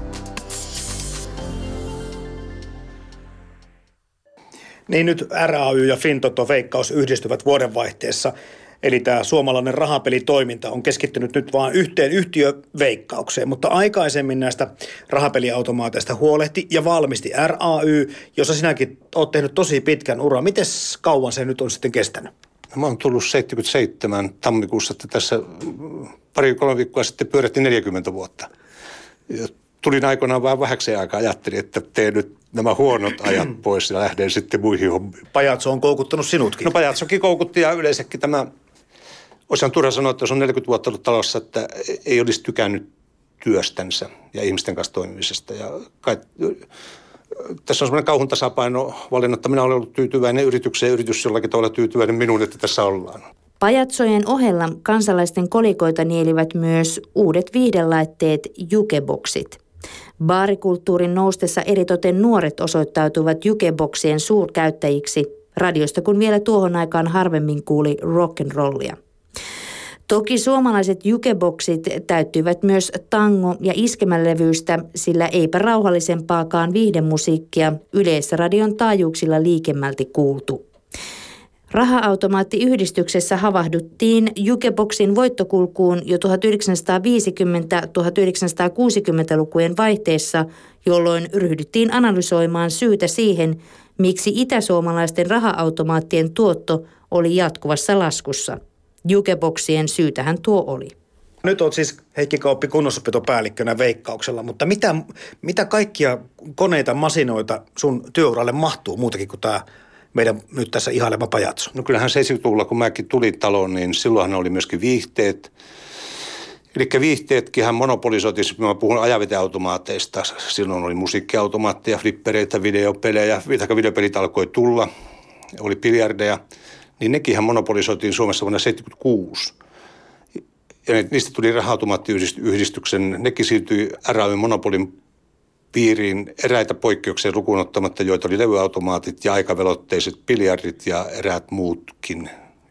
Niin nyt R A Y ja Fintoto Veikkaus yhdistyvät vuodenvaihteessa. Eli tämä suomalainen rahapelitoiminta on keskittynyt nyt vain yhteen yhtiöveikkaukseen, mutta aikaisemmin näistä rahapeliautomaateista huolehti ja valmisti R A Y, jossa sinäkin olet tehnyt tosi pitkän uran. Miten kauan se nyt on sitten kestänyt? No, mä oon tullut seitsemänkymmentäseitsemän tammikuussa, että tässä pari-kolme viikkoa sitten pyörättiin neljäkymmentä vuotta. Ja tulin aikoinaan vähän vähäksi aikaa, ajattelin, että teen nyt nämä huonot ajat pois ja lähden sitten muihin hommiin. Pajatso on koukuttanut sinutkin. No Pajatsokin koukutti ja yleensäkin tämä, olisin turha sanoa, että jos on neljäkymmentä vuotta ollut talossa, että ei olisi tykännyt työstänsä ja ihmisten kanssa toimimisesta. Ja kai, tässä on semmoinen kauhun tasapaino valinnut, että minä olen ollut tyytyväinen yritykseen ja yritys jollakin tavalla tyytyväinen minuun, että tässä ollaan. Pajatsojen ohella kansalaisten kolikoita nielivät myös uudet viihdelaitteet jukeboksit. Baarikulttuurin noustessa eritoten nuoret osoittautuivat jukeboksien suurkäyttäjiksi, radiosta kun vielä tuohon aikaan harvemmin kuuli rock'n'rollia. Toki suomalaiset jukeboksit täyttyivät myös tango- ja iskemälevyistä, sillä eipä rauhallisempaakaan viihdemusiikkia Yleisradion taajuuksilla liikemmälti kuultu. Raha-automaattiyhdistyksessä havahduttiin jukeboksin voittokulkuun jo tuhatyhdeksänsataaviisikymmentä-tuhatyhdeksänsataakuusikymmentälukujen vaihteessa, jolloin ryhdyttiin analysoimaan syytä siihen, miksi itäsuomalaisten raha-automaattien tuotto oli jatkuvassa laskussa. Jukeboksien syytähän tuo oli. Nyt olet siis Heikki Kauppi kunnossapitopäällikkönä Veikkauksella, mutta mitä, mitä kaikkia koneita, masinoita sun työuralle mahtuu muutakin kuin tämä meidän nyt tässä ihaileva pajatso? No kyllähän seitsemänkymmentäluvulla, kun mäkin tulin taloon, niin silloinhan oli myöskin viihteet. Eli viihteetkinhän monopolisoitiin, mä puhun ajaveteautomaateista. Silloin oli musiikkiautomaatteja, flippereitä, videopelejä, tai videopelit alkoi tulla, oli biljardeja. Niin nekinhän monopolisoitiin Suomessa vuonna seitsemänkymmentäkuusi. Ja niistä tuli raha-automaattiyhdistyksen, nekin siirtyi R A Y-monopolin piiriin eräitä poikkeuksia lukuun ottamatta, joita oli levyautomaatit ja aikavelotteiset biljardit ja eräät muutkin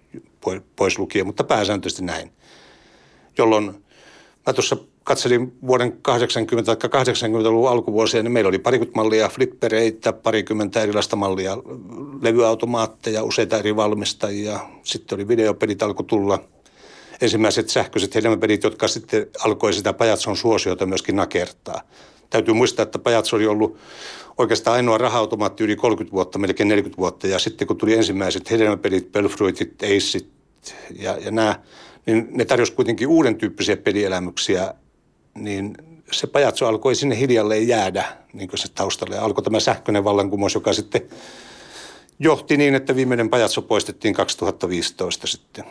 pois lukien, mutta pääsääntöisesti näin. Jolloin mä tuossa katselin vuoden kahdeksankymmentä tai kahdeksankymmentäluvun alkuvuosia, niin meillä oli parikymmentä mallia flippereitä, parikymmentä erilaista mallia levyautomaatteja, useita eri valmistajia. Sitten oli videopelit alkoi tulla. Ensimmäiset sähköiset hedelmäpelit, jotka sitten alkoi sitä pajatson suosiota myöskin nakertaa. Täytyy muistaa, että pajatso oli ollut oikeastaan ainoa raha-automaatti yli kolmekymmentä vuotta, melkein neljäkymmentä vuotta. Ja sitten kun tuli ensimmäiset hedelmäpelit, Belfruitit, Aceit ja, ja nämä, niin ne tarjosi kuitenkin uuden tyyppisiä pelielämyksiä. Niin se pajatso alkoi sinne hiljalleen jäädä niin kuin se taustalle. Ja alkoi tämä sähköinen vallankumous, joka sitten johti niin, että viimeinen pajatso poistettiin kaksituhattaviisitoista sitten.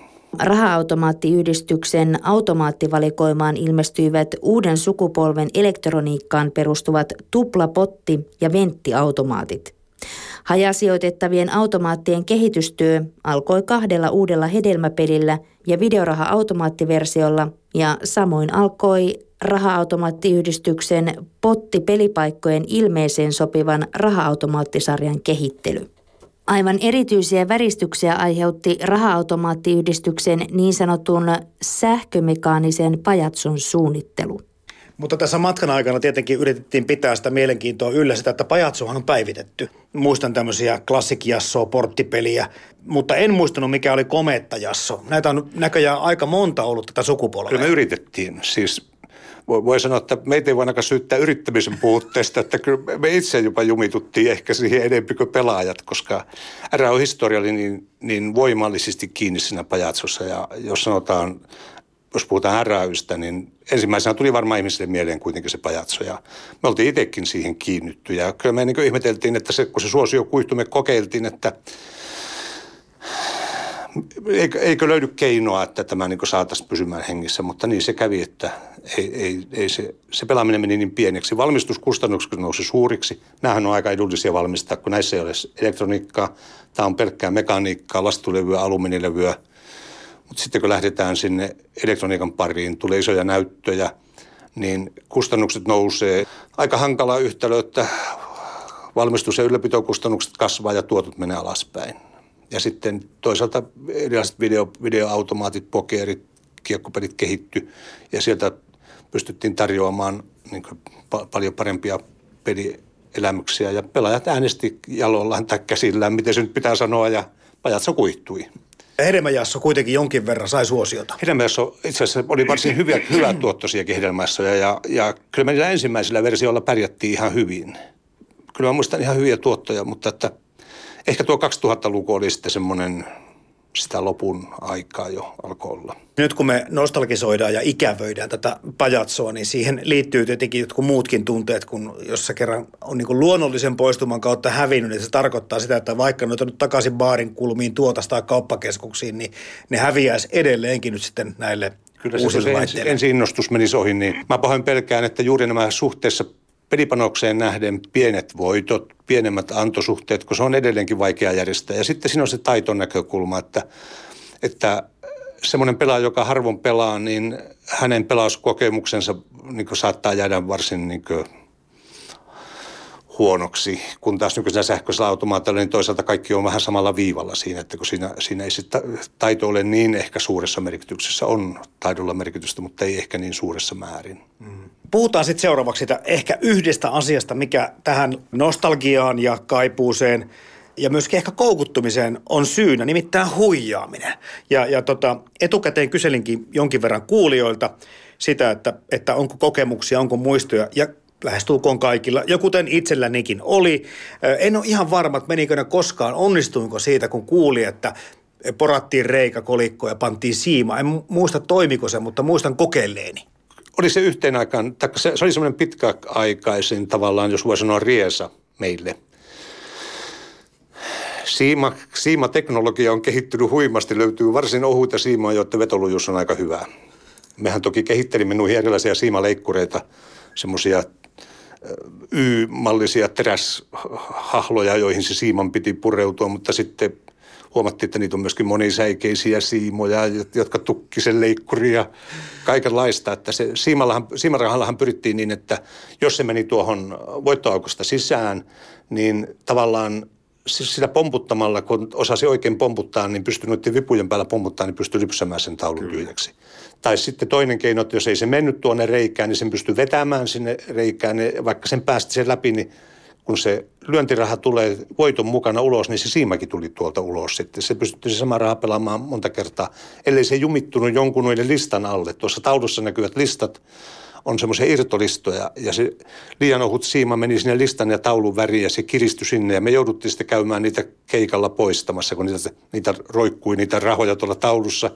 Raha-automaattiyhdistyksen automaattivalikoimaan ilmestyivät uuden sukupolven elektroniikkaan perustuvat tuplapotti- ja venttiautomaatit. Hajasijoitettavien automaattien kehitystyö alkoi kahdella uudella hedelmäpelillä ja videoraha-automaattiversiolla ja samoin alkoi Raha-automaattiyhdistyksen pottipelipaikkojen ilmeeseen sopivan raha-automaattisarjan kehittely. Aivan erityisiä väristyksiä aiheutti Raha-automaattiyhdistyksen niin sanotun sähkömekaanisen pajatson suunnittelu. Mutta tässä matkan aikana tietenkin yritettiin pitää sitä mielenkiintoa yllä sitä, että pajatsohan on päivitetty. Muistan tämmöisiä klassikijassoa, porttipeliä, mutta en muistanut mikä oli komeettajasso. Näitä on näköjään aika monta ollut tätä sukupolvea. Kyllä me yritettiin. Siis voi sanoa, että meitä ei voi ainakaan syyttää yrittämisen puutteesta, että kyllä me itse jopa jumituttiin ehkä siihen enemmän kuin pelaajat, koska R A Y-historia oli niin, niin voimallisesti kiinni siinä pajatsossa. Ja jos sanotaan, jos puhutaan R A Y:stä, niin ensimmäisenä tuli varmaan ihmisille mieleen kuitenkin se pajatso. Ja me oltiin itsekin siihen kiinnitty. Ja kyllä me niin kuin ihmeteltiin, että se, kun se suosio kuihtui, me kokeiltiin, että Eikö, eikö löydy keinoa, että tämä niin saataisiin pysymään hengissä, mutta niin se kävi, että ei, ei, ei se, se pelaaminen meni niin pieneksi. Valmistuskustannukset nousi suuriksi. Nämähän on aika edullisia valmistaa, kun näissä ei ole elektroniikkaa. Tämä on pelkkää mekaniikkaa, lastulevyä, alumiinilevyä. Mutta sitten kun lähdetään sinne elektroniikan pariin, tulee isoja näyttöjä, niin kustannukset nousee. Aika hankala yhtälö, että valmistus- ja ylläpitokustannukset kasvaa ja tuotot menee alaspäin. Ja sitten toisaalta erilaiset video, videoautomaatit, pokerit, kiekkopelit kehittyi ja sieltä pystyttiin tarjoamaan niin kuin pa- paljon parempia pelielämyksiä. Ja pelaajat äänesti jaloillaan tai käsillään, miten se nyt pitää sanoa, ja pajatso kuihtui. Hedelmäjasso kuitenkin jonkin verran sai suosiota. Hedelmäjasso itse asiassa oli varsin hyviä, hyvää tuottoisiakin hedelmäjassoja ja, ja kyllä me niillä ensimmäisillä versioilla pärjättiin ihan hyvin. Kyllä mä muistan ihan hyviä tuottoja, mutta että ehkä tuo kaksituhattaluku oli sitten semmoinen sitä lopun aikaa jo alkoi olla. Nyt kun me nostalgisoidaan ja ikävöidään tätä pajatsoa, niin siihen liittyy tietenkin jotkut muutkin tunteet, kun jos se kerran on niin kuin luonnollisen poistuman kautta hävinnyt, niin se tarkoittaa sitä, että vaikka ne on nyt takaisin baarin kulmiin, tuotas tai kauppakeskuksiin, niin ne häviäisi edelleenkin nyt sitten näille Kyllä uusille se laitteille. ensi innostus menisi ohi, niin mä pahoin pelkään, että juuri nämä suhteessa pelipanokseen nähden pienet voitot, pienemmät antosuhteet, kun se on edelleenkin vaikea järjestää. Ja sitten siinä on se taiton näkökulma, että, että semmoinen pelaaja, joka harvoin pelaa, niin hänen pelauskokemuksensa niin saattaa jäädä varsin niin huonoksi, kun taas nykyisellä sähköisellä automaatilla, niin toisaalta kaikki on vähän samalla viivalla siinä, että kun siinä, siinä ei se taito ole niin ehkä suuressa merkityksessä, on taidolla merkitystä, mutta ei ehkä niin suuressa määrin. Mm. Puhutaan sitten seuraavaksi sitä ehkä yhdestä asiasta, mikä tähän nostalgiaan ja kaipuuseen ja myöskin ehkä koukuttumiseen on syynä, nimittäin huijaaminen. Ja, ja tota, etukäteen kyselinkin jonkin verran kuulijoilta sitä, että, että onko kokemuksia, onko muistoja ja lähestulkoon kaikilla, ja kuten itsellänikin oli. En ole ihan varma, että menikö ne koskaan, onnistuinko siitä, kun kuuli, että porattiin reikä kolikkoon ja pantiin siima. En muista toimiko se, mutta muistan kokeilleeni. Oli se yhteen aikaan, se, se oli semmoinen pitkäaikaisin tavallaan, jos voi sanoa riesa meille. Siima, siimateknologia on kehittynyt huimasti, löytyy varsin ohuita siimaa, joiden vetolujuus on aika hyvä. Mehän toki kehittelimme noihin erilaisia siimaleikkureita, semmoisia Y-mallisia teräshahloja, joihin se siiman piti pureutua, mutta sitten huomattiin, että niitä on myöskin monisäikeisiä siimoja, jotka tukki sen leikkuria ja kaikenlaista. Että se siimarahallahan pyrittiin niin, että jos se meni tuohon voittoaukosta sisään, niin tavallaan sitä pomputtamalla, kun osasi oikein pomputtaa, niin pystyi noiden vipujen päällä pomputtaa, niin pystyi lypsämään sen taulun tyhjäksi. Tai sitten toinen keino, että jos ei se mennyt tuonne reikään, niin sen pystyi vetämään sinne reikään. Niin vaikka sen päästi sen läpi, niin kun se lyöntiraha tulee voiton mukana ulos, niin se siimakin tuli tuolta ulos sitten. Se pystytti se sama raha pelaamaan monta kertaa, ellei se jumittunut jonkun noiden listan alle. Tuossa taulussa näkyvät listat on semmoisia irtolistoja ja se liian ohut siima meni sinne listan ja taulun väriin ja se kiristyi sinne ja me jouduttiin sitten käymään niitä keikalla poistamassa, kun niitä, niitä roikkui niitä rahoja tuolla taulussa.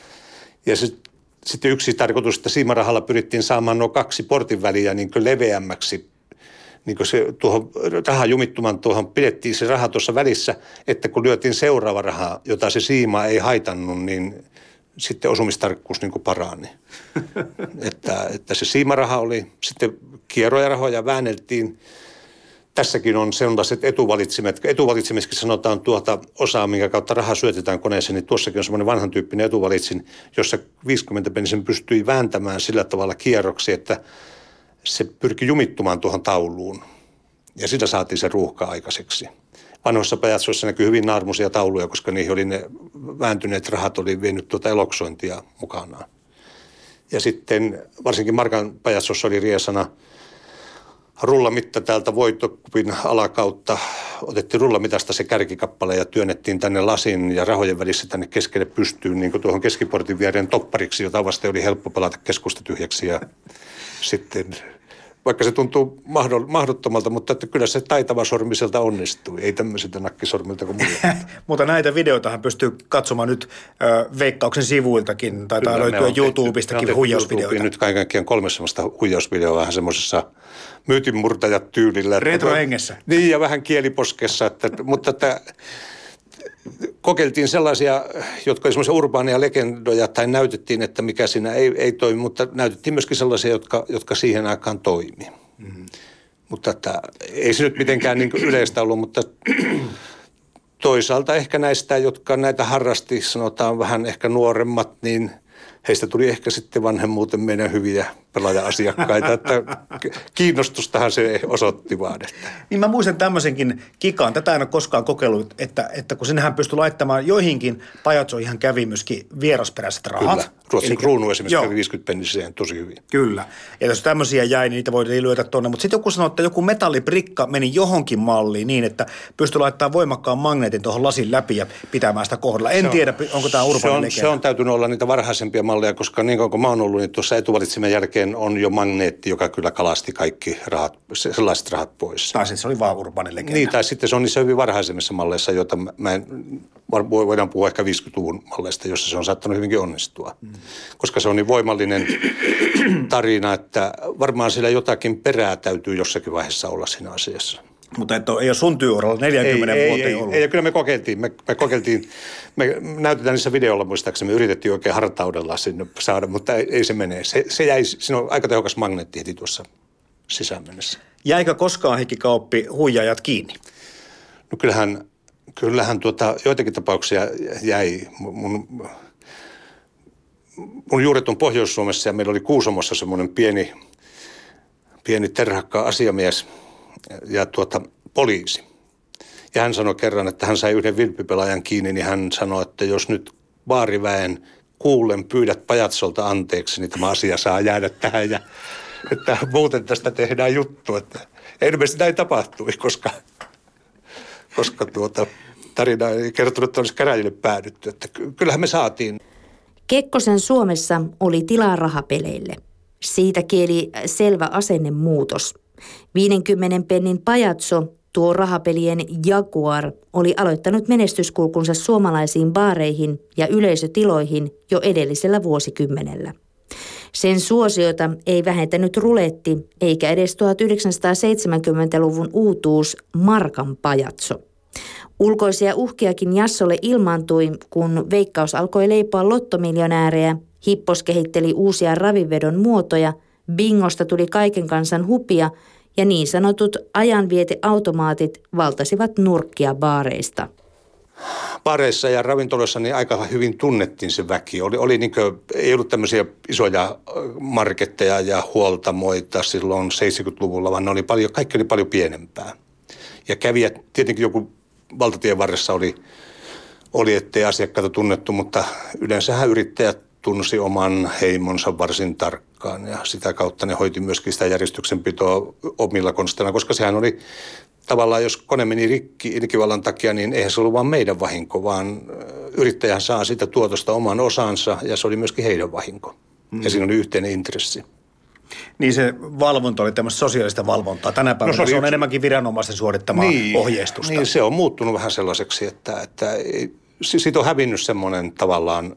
Ja se, sitten yksi tarkoitus, että siimarahalla pyrittiin saamaan nuo kaksi portin väliä niin kuin leveämmäksi. Niin kuin se tuohon rahan jumittuman tuohon pidettiin se raha tuossa välissä, että kun lyötiin seuraava raha, jota se siima ei haitannut, niin sitten osumistarkkuus niin kuin parani. että, että se siimaraha oli, sitten kierroja rahoja väänneltiin. Tässäkin on sellaiset etuvalitsimet. Etuvalitsimiskin sanotaan tuota osaa, minkä kautta raha syötetään koneeseen, niin tuossakin on semmoinen vanhan tyyppinen etuvalitsin, jossa viisikymmentä pennisen pystyi vääntämään sillä tavalla kierroksi, että se pyrki jumittumaan tuohon tauluun. Ja sitä saatiin se ruuhka aikaiseksi. Vanhoissa pajatsoissa näkyy hyvin naarmuisia tauluja, koska niihin oli ne vääntyneet rahat, oli vienyt tuota eloksointia mukanaan. Ja sitten varsinkin Markan pajatsossa oli riesana rullamitta täältä voittokupin alakautta. Otettiin rullamitasta se kärkikappale ja työnnettiin tänne lasin ja rahojen välissä tänne keskelle pystyyn, niin kuin tuohon keskiportin viereen toppariksi, jota vasten oli helppo pelata keskusta tyhjäksi. Ja sitten, vaikka se tuntuu mahdottomalta, mutta että kyllä se taitava sormi sieltä onnistui. Ei tämmöisiltä nakkisormilta kuin mulla. Mutta näitä videoitahan pystyy katsomaan nyt äh, Veikkauksen sivuiltakin. Taitaa kyllä, löytyä YouTubestakin huijausvideoita. Nyt kaiken kaikkiaan kolme semmoista huijausvideoa vähän semmoisessa myytinmurtajat tyylillä. Retrohengessä. Niin ja vähän kieliposkessa, että, mutta että kokeiltiin sellaisia, jotka oli semmoisia urbaania legendoja tai näytettiin, että mikä siinä ei, ei toimi, mutta näytettiin myöskin sellaisia, jotka, jotka siihen aikaan toimi. Mm-hmm. Mutta että, ei se nyt mitenkään niin kuin yleistä ollut, mutta toisaalta ehkä näistä, jotka näitä harrasti, sanotaan vähän ehkä nuoremmat, niin heistä tuli ehkä sitten vanhemmuuten meidän hyviä pelaaja-asiakkaita, että kiinnostustahan se osoitti vaan. Että. Niin mä muistan tämmöisenkin kikaan, tätä en ole koskaan kokeillut, että, että kun sinnehän pystyi laittamaan joihinkin pajatsoihin kävi myöskin vierasperäiset rahat. Kyllä, Ruotsin kruunu esimerkiksi joo. kävi viisikymmentä penniseen tosi hyvin. Kyllä, ja jos tämmöisiä jäi, niin niitä voidaan lyödä tuonne, mutta sitten joku sanoi, että joku metalliprikka meni johonkin malliin niin, että pystyi laittamaan voimakkaan magneetin tuohon lasin läpi ja pitämään sitä kohdalla. En on, tiedä, onko tämä urbaani legenda. Se on täytynyt olla niitä varhaisempia malleja, koska niin kauan kuin mä oon ollut, niin tuossa etuvalitsimen jälkeen on jo magneetti, joka kyllä kalasti kaikki rahat, sellaiset rahat pois. Tai se oli vaan urbaani legenda. Niin, tai sitten se on niissä hyvin varhaisemmissa malleissa, joita mä en, voidaan puhua ehkä viisikymmentäluvun malleista, jossa se on saattanut hyvinkin onnistua. Mm. Koska se on niin voimallinen tarina, että varmaan sillä jotakin perää täytyy jossakin vaiheessa olla siinä asiassa. Mutta et ole, ei ole sun työuralla neljäkymmentä ei, vuoteen ei, ollut. Ei, ei, kyllä me kokeiltiin. Me, me kokeiltiin, me näytetään niissä videolla muistaakseni, me yritettiin oikein hartaudella sinne saada, mutta ei, ei se mene. Se, se jäi, siinä on aika tehokas magneetti heti tuossa sisään mennessä. Jäikö koskaan Heikki Kauppi huijaajat kiinni? No kyllähän, kyllähän tuota, joitakin tapauksia jäi. Mun, mun juuret on Pohjois-Suomessa ja meillä oli Kuusamossa semmoinen pieni, pieni terhakka asiamies ja tuota, poliisi. Ja hän sanoi kerran, että hän sai yhden vilppipelaajan kiinni, niin hän sanoi, että jos nyt baariväen kuulen pyydät pajatsolta anteeksi, niin tämä asia saa jäädä tähän ja että muuten tästä tehdään juttu. Että ilmeisesti näin tapahtui, koska, koska tuota, tarina ei kertonut, että olisi käräjille päädytty. Että kyllähän me saatiin. Kekkosen Suomessa oli tilaa rahapeleille. Siitä kieli selvä asennemuutos. viidenkymmenen pennin pajatso Tuo rahapelien Jaguar oli aloittanut menestyskulkunsa suomalaisiin baareihin ja yleisötiloihin jo edellisellä vuosikymmenellä. Sen suosiota ei vähentänyt ruletti eikä edes tuhatyhdeksänsataaseitsemänkymmentäluvun uutuus Markan pajatso. Ulkoisia uhkiakin Jassolle ilmaantui, kun Veikkaus alkoi leipoa lottomiljonäärejä, Hippos kehitteli uusia ravinvedon muotoja, bingosta tuli kaiken kansan hupia ja niin sanotut ajanvieteautomaatit valtasivat nurkkia baareista. Baareissa ja ravintoloissa niin aika hyvin tunnettiin se väki. Oli, oli niin kuin, ei ollut tämmöisiä isoja marketteja ja huoltamoita silloin seitsemänkymmentäluvulla, vaan ne oli paljon, kaikki oli paljon pienempää. Ja kävijät, tietenkin joku valtatien varressa oli, oli ettei asiakkaita tunnettu, mutta yleensähän yrittäjät tunsi oman heimonsa varsin tarkkaan ja sitä kautta ne hoiti myöskin sitä järjestyksenpitoa omilla konsteilla, koska sehän oli tavallaan, jos kone meni rikki ilkivallan takia, niin eihän se ollut vaan meidän vahinko, vaan yrittäjä saa sitä tuotosta oman osansa ja se oli myöskin heidän vahinko. Mm. Ja siinä oli yhteinen intressi. Niin se valvonta oli tämmöistä sosiaalista valvontaa. Tänä päivänä no se, se on yksi... enemmänkin viranomaisten suorittamaa niin, ohjeistusta. Niin, se on muuttunut vähän sellaiseksi, että, että siitä on hävinnyt semmoinen tavallaan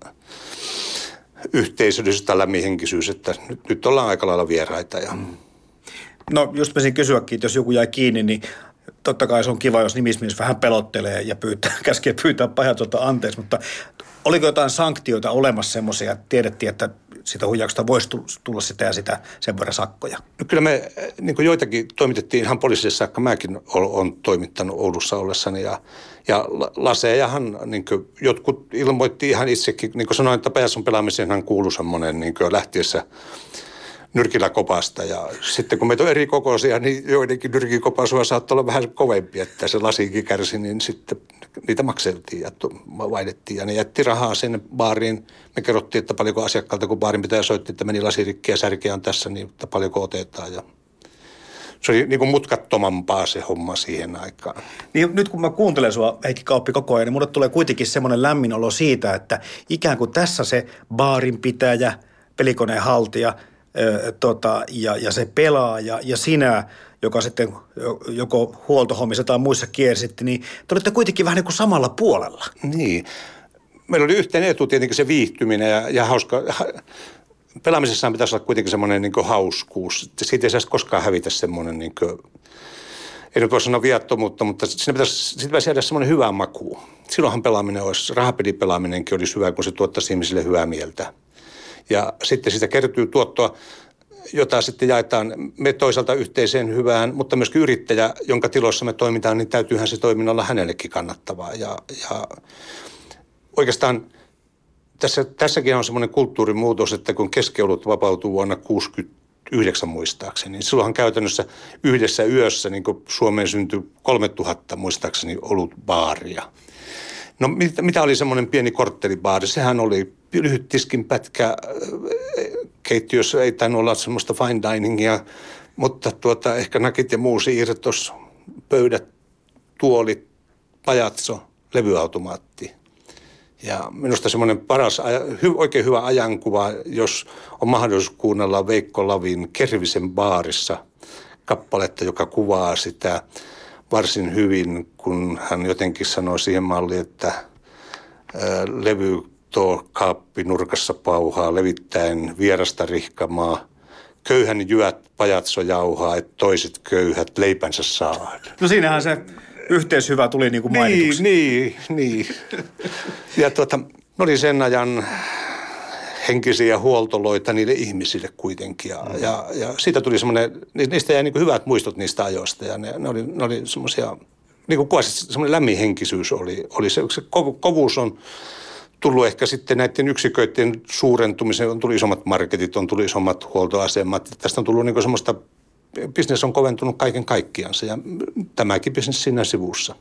yhteisöllisyys tai lämminhenkisyys, että nyt, nyt ollaan aika lailla vieraita. Ja... Mm. No just mesin kysyäkin, että jos joku jäi kiinni, niin totta kai se on kiva, jos nimismies vähän pelottelee ja pyytää, käskee pyytää pajatsolta anteeksi, mutta oliko jotain sanktioita olemassa semmoisia, että tiedettiin, että sitä huijauksesta voisi tulla sitä ja sitä sen verran sakkoja? No kyllä me niin kuin joitakin toimitettiin ihan poliisille saakka. Mäkin olen toimittanut Oulussa ollessani ja, ja lasejahan niin kuin jotkut ilmoitti ihan itsekin. Niin kuin sanoin, että pajatson pelaamiseenhan kuului semmoinen niin kuin lähtiessä nyrkillä kopasta ja sitten kun meitä on eri kokoisia, niin joidenkin nyrkin kopasua saattoi olla vähän kovempi, että se lasiinkin kärsi, niin sitten niitä makseltiin ja vaihdettiin ja ne jätti rahaa sinne baariin. Me kerrottiin, että paljonko asiakkaalta, kun baarin pitää soitti, että meni lasirikki ja särkeä on tässä, niin että paljonko otetaan ja se oli niin kuin mutkattomampaa se homma siihen aikaan. Niin nyt kun mä kuuntelen sua, Heikki Kauppi, koko ajan, niin mulle tulee kuitenkin semmoinen lämmin olo siitä, että ikään kuin tässä se baarinpitäjä, pelikoneen haltija, Tota, ja, ja se pelaaja ja sinä, joka sitten joko huoltohommissa tai muissa kiersitti, niin te olette kuitenkin vähän niin kuin samalla puolella. Niin. Meillä oli yhteen etu tietenkin se viihtyminen ja, ja hauska. Pelaamisessaan pitäisi olla kuitenkin semmoinen niin kuin hauskuus. Siitä ei saisi koskaan hävitä semmoinen, niin kuin, ei nyt voi sanoa viattomuutta, mutta siinä pitäisi, siitä pitäisi jäädä semmoinen hyvä maku. Silloinhan pelaaminen olisi, rahapelipelaaminenkin olisi hyvä, kun se tuottaisi ihmisille hyvää mieltä. Ja sitten siitä kertyy tuottoa, jota sitten jaetaan me toisaalta yhteiseen hyvään, mutta myöskin yrittäjä, jonka tiloissa me toimitaan, niin täytyyhän se toiminnan olla hänellekin kannattavaa. Ja, ja oikeastaan tässä, tässäkin on semmoinen kulttuurimuutos, että kun keskiolut vapautuu vuonna kuusikymmentäyhdeksän muistaakseni, niin silloinhan käytännössä yhdessä yössä niin kuin Suomeen syntyi kolmetuhatta muistaakseni olutbaaria. No mit, mitä oli semmoinen pieni korttelibaari? Sehän oli lyhyt tiskin pätkä, keittiössä ei tainnut olla semmoista fine diningia, mutta tuota, ehkä nakit ja muu siirtos, pöydät, tuolit, pajatso, levyautomaatti. Ja minusta semmoinen paras, oikein hyvä ajankuva, jos on mahdollisuus kuunnella Veikko Lavin Kervisen baarissa kappaletta, joka kuvaa sitä varsin hyvin, kun hän jotenkin sanoi siihen malliin, että ää, levy tuo kaappi nurkassa pauhaa, levittäen vierasta rihkamaa, köyhän jyät pajatso jauhaa, että toiset köyhät leipänsä saa. No siinähän se yhteishyvä tuli niin kuin mainituksi. Niin, niin, niin. Ja tuota, ne oli sen ajan henkisiä huoltoloita niille ihmisille kuitenkin. Ja, mm. ja, ja siitä tuli semmoinen, niistä jäi niin kuin hyvät muistot niistä ajoista. Ja ne, ne oli, ne oli semmoisia, niin kuin kuvasit, semmoinen lämminhenkisyys oli. oli se, se kovuus on tullut ehkä sitten näiden yksiköiden suurentumisen, on tullut isommat marketit, on tullut isommat huoltoasemat. Tästä on tullut niin kuin semmoista, bisnes on koventunut kaiken kaikkiansa ja tämäkin bisnes siinä sivussa.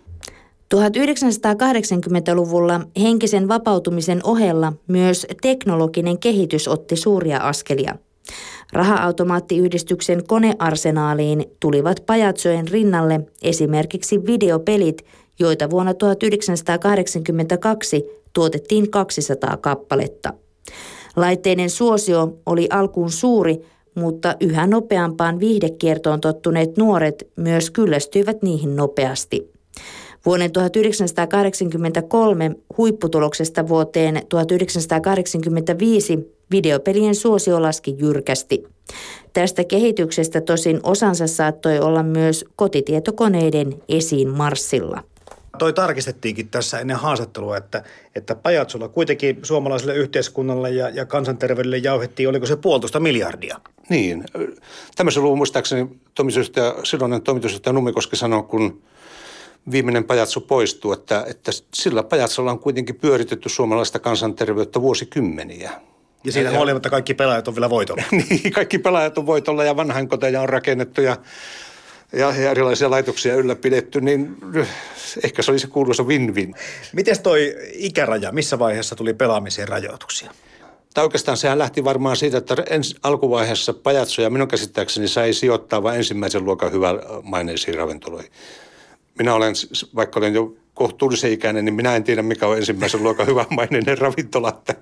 tuhatyhdeksänsataakahdeksankymmentäluvulla henkisen vapautumisen ohella myös teknologinen kehitys otti suuria askelia. Raha-automaattiyhdistyksen konearsenaaliin tulivat pajatsojen rinnalle esimerkiksi videopelit, joita vuonna tuhatyhdeksänsataakahdeksankymmentäkaksi tuotettiin kaksisataa kappaletta. Laitteiden suosio oli alkuun suuri, mutta yhä nopeampaan viihdekiertoon tottuneet nuoret myös kyllästyivät niihin nopeasti. Vuoden tuhatyhdeksänsataakahdeksankymmentäkolme huipputuloksesta vuoteen tuhatyhdeksänsataakahdeksankymmentäviisi videopelien suosio laski jyrkästi. Tästä kehityksestä tosin osansa saattoi olla myös kotitietokoneiden esiin marssilla. Toi tarkistettiinkin tässä ennen haastattelua, että, että pajatsolla kuitenkin suomalaiselle yhteiskunnalle ja, ja kansanterveydelle jauhettiin, oliko se puolitoista miljardia? Niin. Tämmöisen luvun muistaakseni toimitusjohtaja, silloinen toimitusjohtaja Nummikoski sanoi, kun viimeinen pajatso poistuu, että, että sillä pajatsolla on kuitenkin pyöritetty suomalaista kansanterveyttä vuosikymmeniä. Ja siitä huolimatta kaikki pelaajat on vielä voitolla. Niin, kaikki pelaajat on voitolla ja vanhainkoteja on rakennettu ja, ja erilaisia laitoksia ylläpidetty, niin ehkä se oli se kuuluisa win-win. Mites toi ikäraja, missä vaiheessa tuli pelaamiseen rajoituksia? Tai oikeastaan sehän lähti varmaan siitä, että ens, alkuvaiheessa pajatsoja minun käsittääkseni sai sijoittaa vain ensimmäisen luokan hyvämaineisiin ravintoloihin. Minä olen, vaikka olen jo kohtuullisen ikäinen, niin minä en tiedä, mikä on ensimmäisen luokan hyvämaineinen ravintola. Että,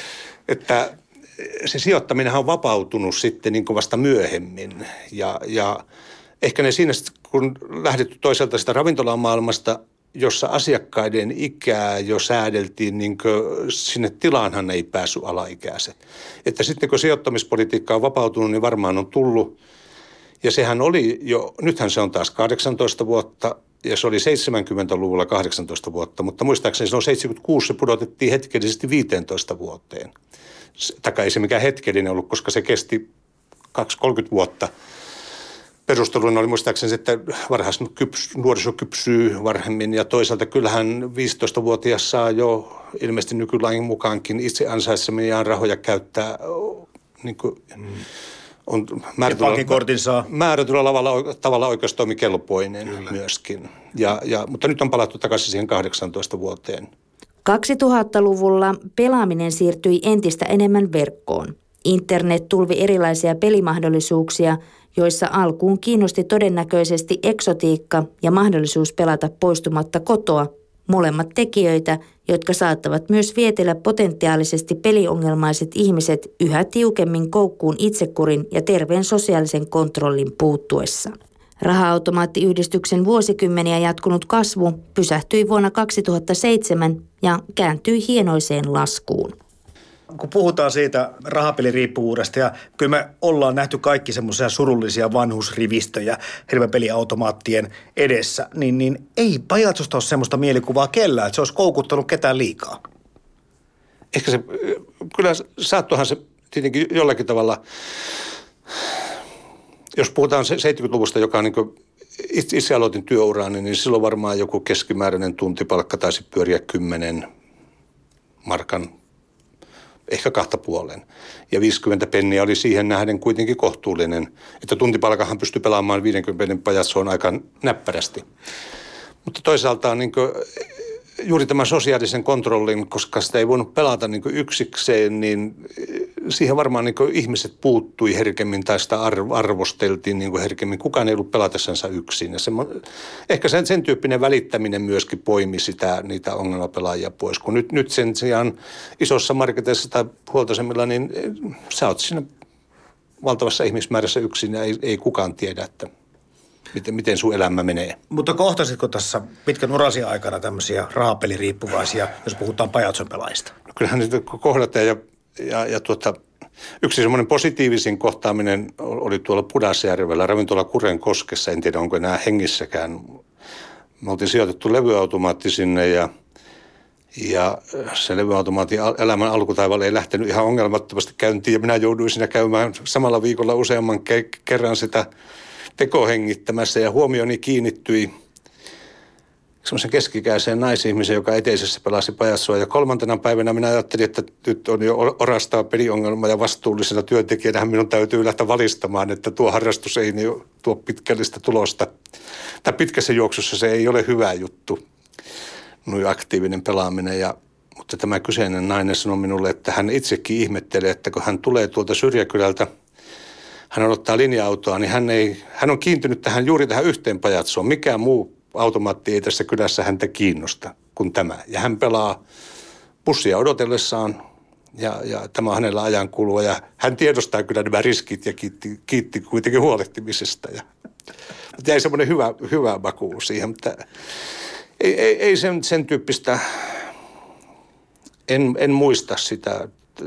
että se sijoittaminen on vapautunut sitten niin kuin vasta myöhemmin. Ja, ja ehkä ne siinä, kun lähdetty toiselta sitä ravintolamaailmasta, jossa asiakkaiden ikää jo säädeltiin, niin sinne tilaanhan ei päässyt alaikäiset. Että sitten kun sijoittamispolitiikka on vapautunut, niin varmaan on tullut. Ja sehän oli jo, nythän se on taas kahdeksantoista vuotta, ja se oli seitsemänkymmentäluvulla kahdeksantoista vuotta, mutta muistaakseni silloin seitsemänkymmentäkuusi se pudotettiin hetkellisesti viisitoista vuoteen. Taikka ei se mikään hetkellinen ollut, koska se kesti kaksikymmentä kolmekymmentä vuotta. Perusteluna oli muistaakseni, että varhaisnuoriso kypsyy varhemmin, ja toisaalta kyllähän viisitoistavuotias saa jo ilmeisesti nykylain mukaankin itse ansaitsemiaan rahoja käyttää niin kuin, mm. on määrätyllä, määrätyllä tavalla, tavalla oikeustoimikelpoinen Kyllä. myöskin. Ja, ja, mutta nyt on palattu takaisin siihen kahdeksantoista vuoteen. kaksituhattaluvulla pelaaminen siirtyi entistä enemmän verkkoon. Internet tulvi erilaisia pelimahdollisuuksia, joissa alkuun kiinnosti todennäköisesti eksotiikka ja mahdollisuus pelata poistumatta kotoa, molemmat tekijöitä, jotka saattavat myös vietellä potentiaalisesti peliongelmaiset ihmiset yhä tiukemmin koukkuun itsekurin ja terveen sosiaalisen kontrollin puuttuessa. Raha-automaattiyhdistyksen vuosikymmeniä jatkunut kasvu pysähtyi vuonna kaksituhattaseitsemän ja kääntyi hienoiseen laskuun. Kun puhutaan siitä rahapeliriippuvuudesta, ja kyllä me ollaan nähty kaikki semmoisia surullisia vanhusrivistöjä hirvepeliautomaattien edessä, niin, niin ei pajatsosta ole semmoista mielikuvaa kellään, että se olisi koukuttanut ketään liikaa. Ehkä se, kyllä saattohan se tietenkin jollakin tavalla, jos puhutaan seitsemänkymmentäluvusta, joka on niin kuin itse, itse aloitin työuraani, niin silloin varmaan joku keskimääräinen tuntipalkka taisi pyöriä kymmenen markan, ehkä kahta puolen. Ja viisikymmentä penniä oli siihen nähden kuitenkin kohtuullinen, että tuntipalkahan pystyi pelaamaan viidenkymmenen pajatsoon aika näppärästi. Mutta toisaalta on niin kuin juuri tämän sosiaalisen kontrollin, koska sitä ei voinut pelata niin kuin yksikseen, niin siihen varmaan niin kuin ihmiset puuttui herkemmin tai sitä arvosteltiin niin kuin herkemmin. Kukaan ei ollut pelatessansa yksin. Ja se, ehkä sen, sen tyyppinen välittäminen myöskin poimi sitä, niitä ongelmapelaajia pois. Kun nyt, nyt sen sijaan isossa marketeissa tai huoltoisemmilla, niin sä oot siinä valtavassa ihmismäärässä yksin ja ei, ei kukaan tiedä, että Miten, miten sun elämä menee. Mutta kohtasitko tässä pitkän urasi aikana tämmöisiä rahapeliriippuvaisia, jos puhutaan pajatson pelaajista? No kyllähän niitä kohdataan ja, ja, ja tuota, yksi semmoinen positiivisin kohtaaminen oli tuolla Pudasjärvellä, ravintola Kurenkoskessa. En tiedä, onko enää hengissäkään. Me oltiin sijoitettu levyautomaatti sinne ja, ja se levyautomaatin elämän alkutaivalle ei lähtenyt ihan ongelmattomasti käyntiin. Ja minä jouduin siinä käymään samalla viikolla useamman ke- kerran sitä tekohengittämässä ja huomioni kiinnittyi semmoisen keskikäiseen naisihmiseen, joka eteisessä pelasi pajatsoa. Ja kolmantena päivänä minä ajattelin, että nyt on jo orastaa peliongelma ja vastuullisena työntekijänä minun täytyy lähteä valistamaan, että tuo harrastus ei niin tuo pitkällistä tulosta. Tai pitkässä juoksussa se ei ole hyvä juttu, noin aktiivinen pelaaminen. Ja, mutta tämä kyseinen nainen sanoi minulle, että hän itsekin ihmettelee, että kun hän tulee tuolta syrjäkylältä, hän odottaa linja-autoa, niin hän, ei, hän on kiintynyt tähän, juuri tähän yhteen pajatsoon. Mikään muu automaatti ei tässä kylässä häntä kiinnosta kuin tämä. Ja hän pelaa bussia odotellessaan Ja, ja tämä on hänellä ajankulua ja hän tiedostaa kyllä nämä riskit ja kiitti, kiitti kuitenkin huolehtimisesta. Ja, mutta jäi semmoinen hyvä, hyvä maku siihen, mutta ei, ei, ei sen, sen tyyppistä, en, en muista sitä.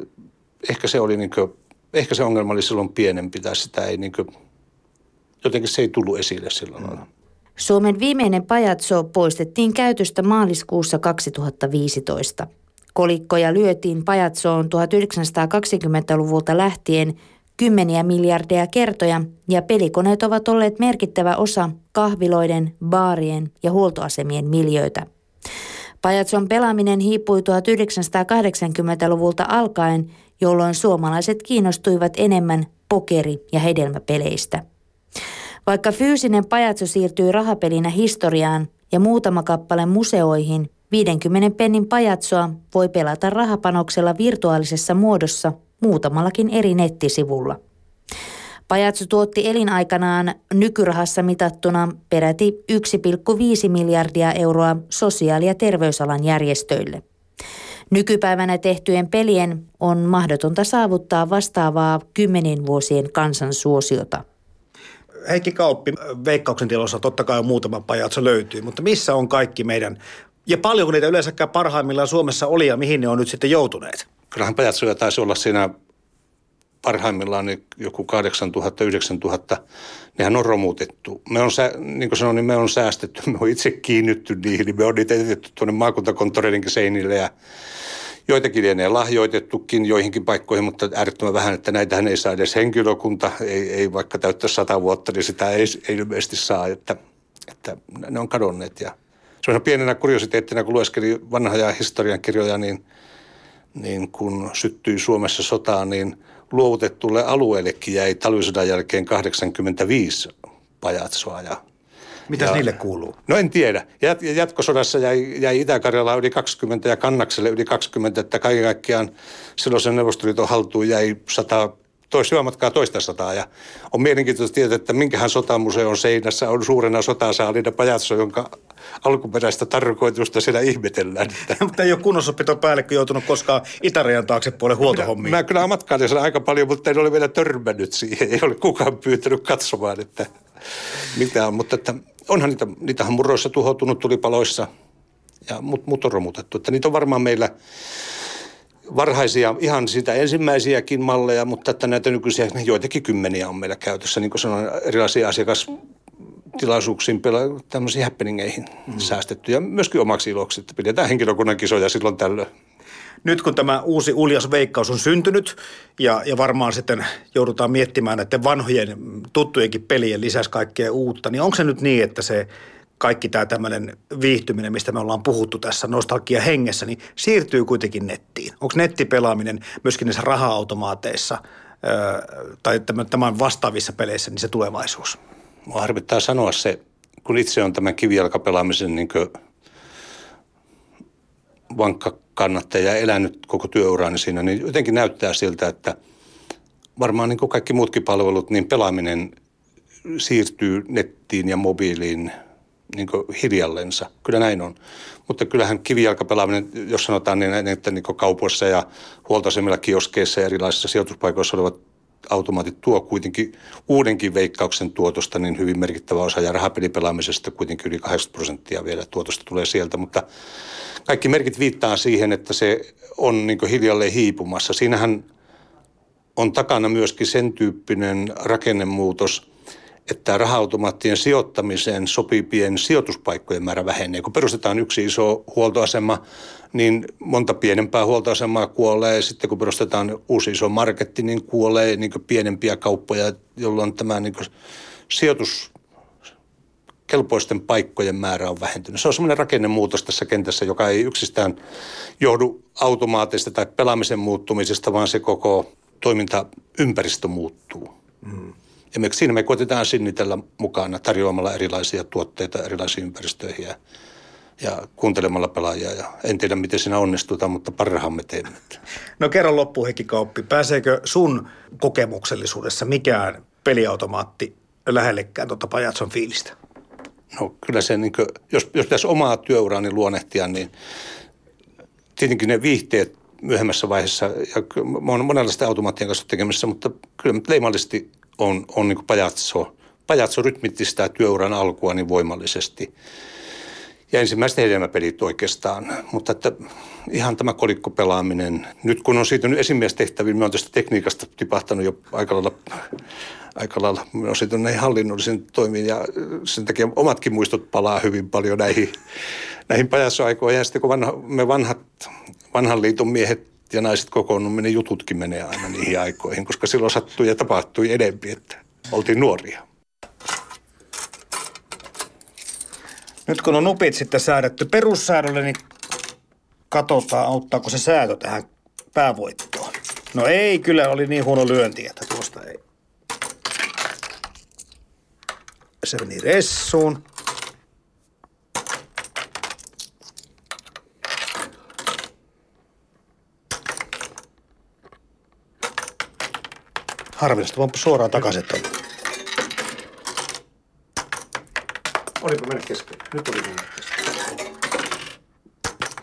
Ehkä se oli niin kuin, ehkä se ongelma oli silloin pienempi tai sitä ei niin kuin, jotenkin se ei tullut esille silloin lailla. Hmm. Suomen viimeinen pajatso poistettiin käytöstä maaliskuussa kaksituhattaviisitoista. Kolikkoja lyötiin pajatsoon tuhatyhdeksänsataakaksikymmentäluvulta lähtien kymmeniä miljardeja kertoja ja pelikoneet ovat olleet merkittävä osa kahviloiden, baarien ja huoltoasemien miljöötä. Pajatson pelaaminen hiipui tuhatyhdeksänsataakahdeksankymmentäluvulta alkaen, jolloin suomalaiset kiinnostuivat enemmän pokeri- ja hedelmäpeleistä. Vaikka fyysinen pajatso siirtyi rahapelinä historiaan ja muutama kappale museoihin, viidenkymmenen pennin pajatsoa voi pelata rahapanoksella virtuaalisessa muodossa muutamallakin eri nettisivulla. Pajatso tuotti elinaikanaan nykyrahassa mitattuna peräti yksi pilkku viisi miljardia euroa sosiaali- ja terveysalan järjestöille. Nykypäivänä tehtyjen pelien on mahdotonta saavuttaa vastaavaa kymmenien vuosien kansansuosiota. Heikki Kauppi, Veikkauksen tilossa totta kai on muutama pajatso löytyy, mutta missä on kaikki meidän, ja paljonko niitä yleensäkään parhaimmillaan Suomessa oli ja mihin ne on nyt sitten joutuneet? Kyllähän pajatsoja taisi olla siinä parhaimmillaan niin joku kahdeksantuhatta yhdeksäntuhatta, nehän on romutettu. Me on, niin kuin sanoin, niin me on säästetty, me on itse kiinnytty niihin, niin me on niitä etetty tuonne maakuntakonttoreidenkin seinille ja joitakin lienee lahjoitettukin joihinkin paikkoihin, mutta äärettömän vähän, että näitähän ei saa edes henkilökunta, ei, ei vaikka täyttää sata vuotta, niin sitä ei, ei ilmeisesti saa, että, että ne on kadonneet. Ja semmoisena pienenä kuriositeettina, kun lueskeli vanhaa historiankirjoja, niin, niin kun syttyi Suomessa sotaan, niin luovutettulle alueellekin jäi talvisodan jälkeen kahdeksankymmentäviisi pajatsoa ja mitäs ja, niille kuuluu? No en tiedä. Jat, jatkosodassa jäi, jäi Itä-Karjalaan yli kaksikymmentä ja Kannakselle yli kaksikymmentä, että kaiken kaikkiaan silloisen Neuvostoliiton haltuun jäi sata, toista matkaa toista sataa. Ja on mielenkiintoista tietää, että minkähän sotamuseon seinässä on suurena sotasaalina pajatso, jonka alkuperäistä tarkoitusta siellä ihmetellään. Mutta ei ole kunnossapitopäällikkö joutunut koskaan itärajan taakse puolen huoltohommiin. Mä, mä kyllä matkailin sen aika paljon, mutta en ole vielä törmännyt siihen. Ei ole kukaan pyytänyt katsomaan, että mitä on, mutta että onhan niitä, niitähän murroissa tuhoutunut tulipaloissa, ja, mutta mut on romutettu. Että niitä on varmaan meillä varhaisia, ihan sitä ensimmäisiäkin malleja, mutta että näitä nykyisiä, joitakin kymmeniä on meillä käytössä, niin kuin sanoin, erilaisia asiakastilaisuuksiin, tämmöisiin happeningeihin mm. säästetty. Ja myöskin omaksi iloksi, että pidetään henkilökunnan kisoja silloin tällöin. Nyt kun tämä uusi uljas Veikkaus on syntynyt ja, ja varmaan sitten joudutaan miettimään näiden vanhojen tuttujenkin pelien lisäksi kaikkea uutta, niin onko se nyt niin, että se kaikki tämä tämmöinen viihtyminen, mistä me ollaan puhuttu tässä nostalgia hengessä, niin siirtyy kuitenkin nettiin? Onko nettipelaaminen myöskin näissä raha-automaateissa ää, tai tämän vastaavissa peleissä niin se tulevaisuus? Mua harvittaa sanoa se, kun itse on tämän kivijalkapelaamisen niin kuin vankka kannattaja elänyt koko työurani siinä, niin jotenkin näyttää siltä, että varmaan niin kuin kaikki muutkin palvelut, niin pelaaminen siirtyy nettiin ja mobiiliin niin kuin hiljallensa. Kyllä näin on. Mutta kyllähän kivijalkapelaaminen, jos sanotaan niin, että niin kuin kaupoissa ja huoltoasemilla, kioskeissa ja erilaisissa sijoituspaikoissa olevat automaatit tuo kuitenkin uudenkin Veikkauksen tuotosta niin hyvin merkittävä osa ja rahapelipelaamisesta kuitenkin yli kahdeksankymmentä prosenttia vielä tuotosta tulee sieltä, mutta kaikki merkit viittaa siihen, että se on niin kuin hiljalleen hiipumassa. Siinähän on takana myöskin sen tyyppinen rakennemuutos, että raha-automaattien sijoittamiseen sopivien sijoituspaikkojen määrä vähenee. Kun perustetaan yksi iso huoltoasema, niin monta pienempää huoltoasemaa kuolee. Sitten kun perustetaan uusi iso marketti, niin kuolee niin kuin pienempiä kauppoja, jolloin tämä niin kuin sijoituskelpoisten paikkojen määrä on vähentynyt. Se on semmoinen rakennemuutos tässä kentässä, joka ei yksistään johdu automaateista tai pelaamisen muuttumisesta, vaan se koko toimintaympäristö muuttuu. Mm. Ja me, siinä me koitetaan sinnitellä mukana tarjoamalla erilaisia tuotteita erilaisiin ympäristöihin ja, ja kuuntelemalla pelaajia. Ja en tiedä, miten siinä onnistutaan, mutta parhaamme teemme. No kerro loppuun, Heikki Kauppi. Pääseekö sun kokemuksellisuudessa mikään peliautomaatti lähellekään tuota pajatson fiilistä? No kyllä se, niin kuin, jos, jos pitäisi omaa työuraani luonnehtia, niin tietenkin ne viihteet myöhemmässä vaiheessa, ja mä oon monenlaisten automaattien kanssa tekemässä, mutta kyllä leimallisesti on, on niin kuin pajatso. Pajatso rytmitti sitä työuran alkua niin voimallisesti. Ja ensimmäiset hedelmäpelit oikeastaan, mutta että ihan tämä kolikkopelaaminen. Nyt kun on siirtynyt esimiestehtäviin, mä oon tästä tekniikasta tipahtanut jo aika lailla, aika lailla. Mä oon siirtynyt näihin hallinnollisiin toimiin ja sen takia omatkin muistot palaa hyvin paljon näihin, näihin pajatsoaikoihin. Ja sitten kun vanha, me vanhat, vanhan liiton miehet ja naiset kokoonnumme, niin jututkin menee aina niihin aikoihin, koska silloin sattui ja tapahtui enemmän, että oltiin nuoria. Nyt kun on nupit sitten säädetty perussäädölle, niin katsotaan, auttaako se säätö tähän päävoittoon. No ei, kyllä oli niin huono lyönti, että tuosta ei. Se meni ressuun. Harvinaista, vaan suoraan takaisin tuonne. Olipa mennä kesken. Nyt oli mennä kesken.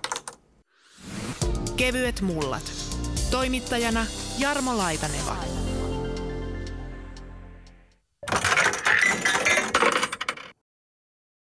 Kevyet mullat. Toimittajana Jarmo Laitaneva.